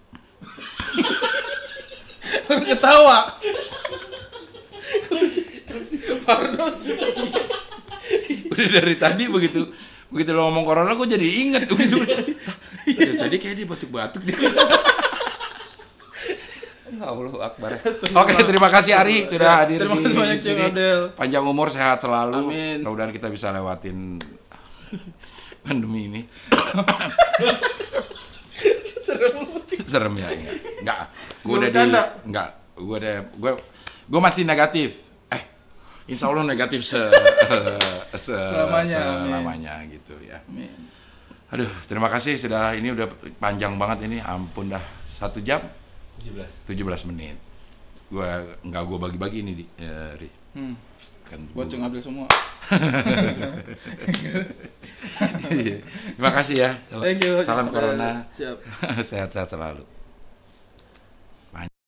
Baru ketawa. Pardon. udah dari tadi begitu begitu lo ngomong corona gue jadi inget begitu. Tadi kayak dia batuk-batuk dia. Allahu Akbar. Oke, terima kasih Ari sudah hadir Terima di kasih banyak, Cing sini. Abdel. Panjang umur, sehat selalu. Amin. Mudah-mudahan kita bisa lewatin pandemi ini. Serem. Serem ya, enggak. Enggak. Gue Gua udah di bercanda. enggak. Gue udah gue gue masih negatif. Eh, insya Allah negatif se, se Selamanya, selamanya gitu ya. Amin. Aduh, terima kasih sudah ini udah panjang banget ini. Ampun dah. Satu jam tujuh belas. tujuh belas menit. Gua enggak gua bagi-bagi ini di ya, Ri. Hmm. Kan Buat gua- Cing Abdel semua. Iya. Terima kasih ya. Thank you. Salam Cing Abdel. corona. Siap. Sehat-sehat selalu.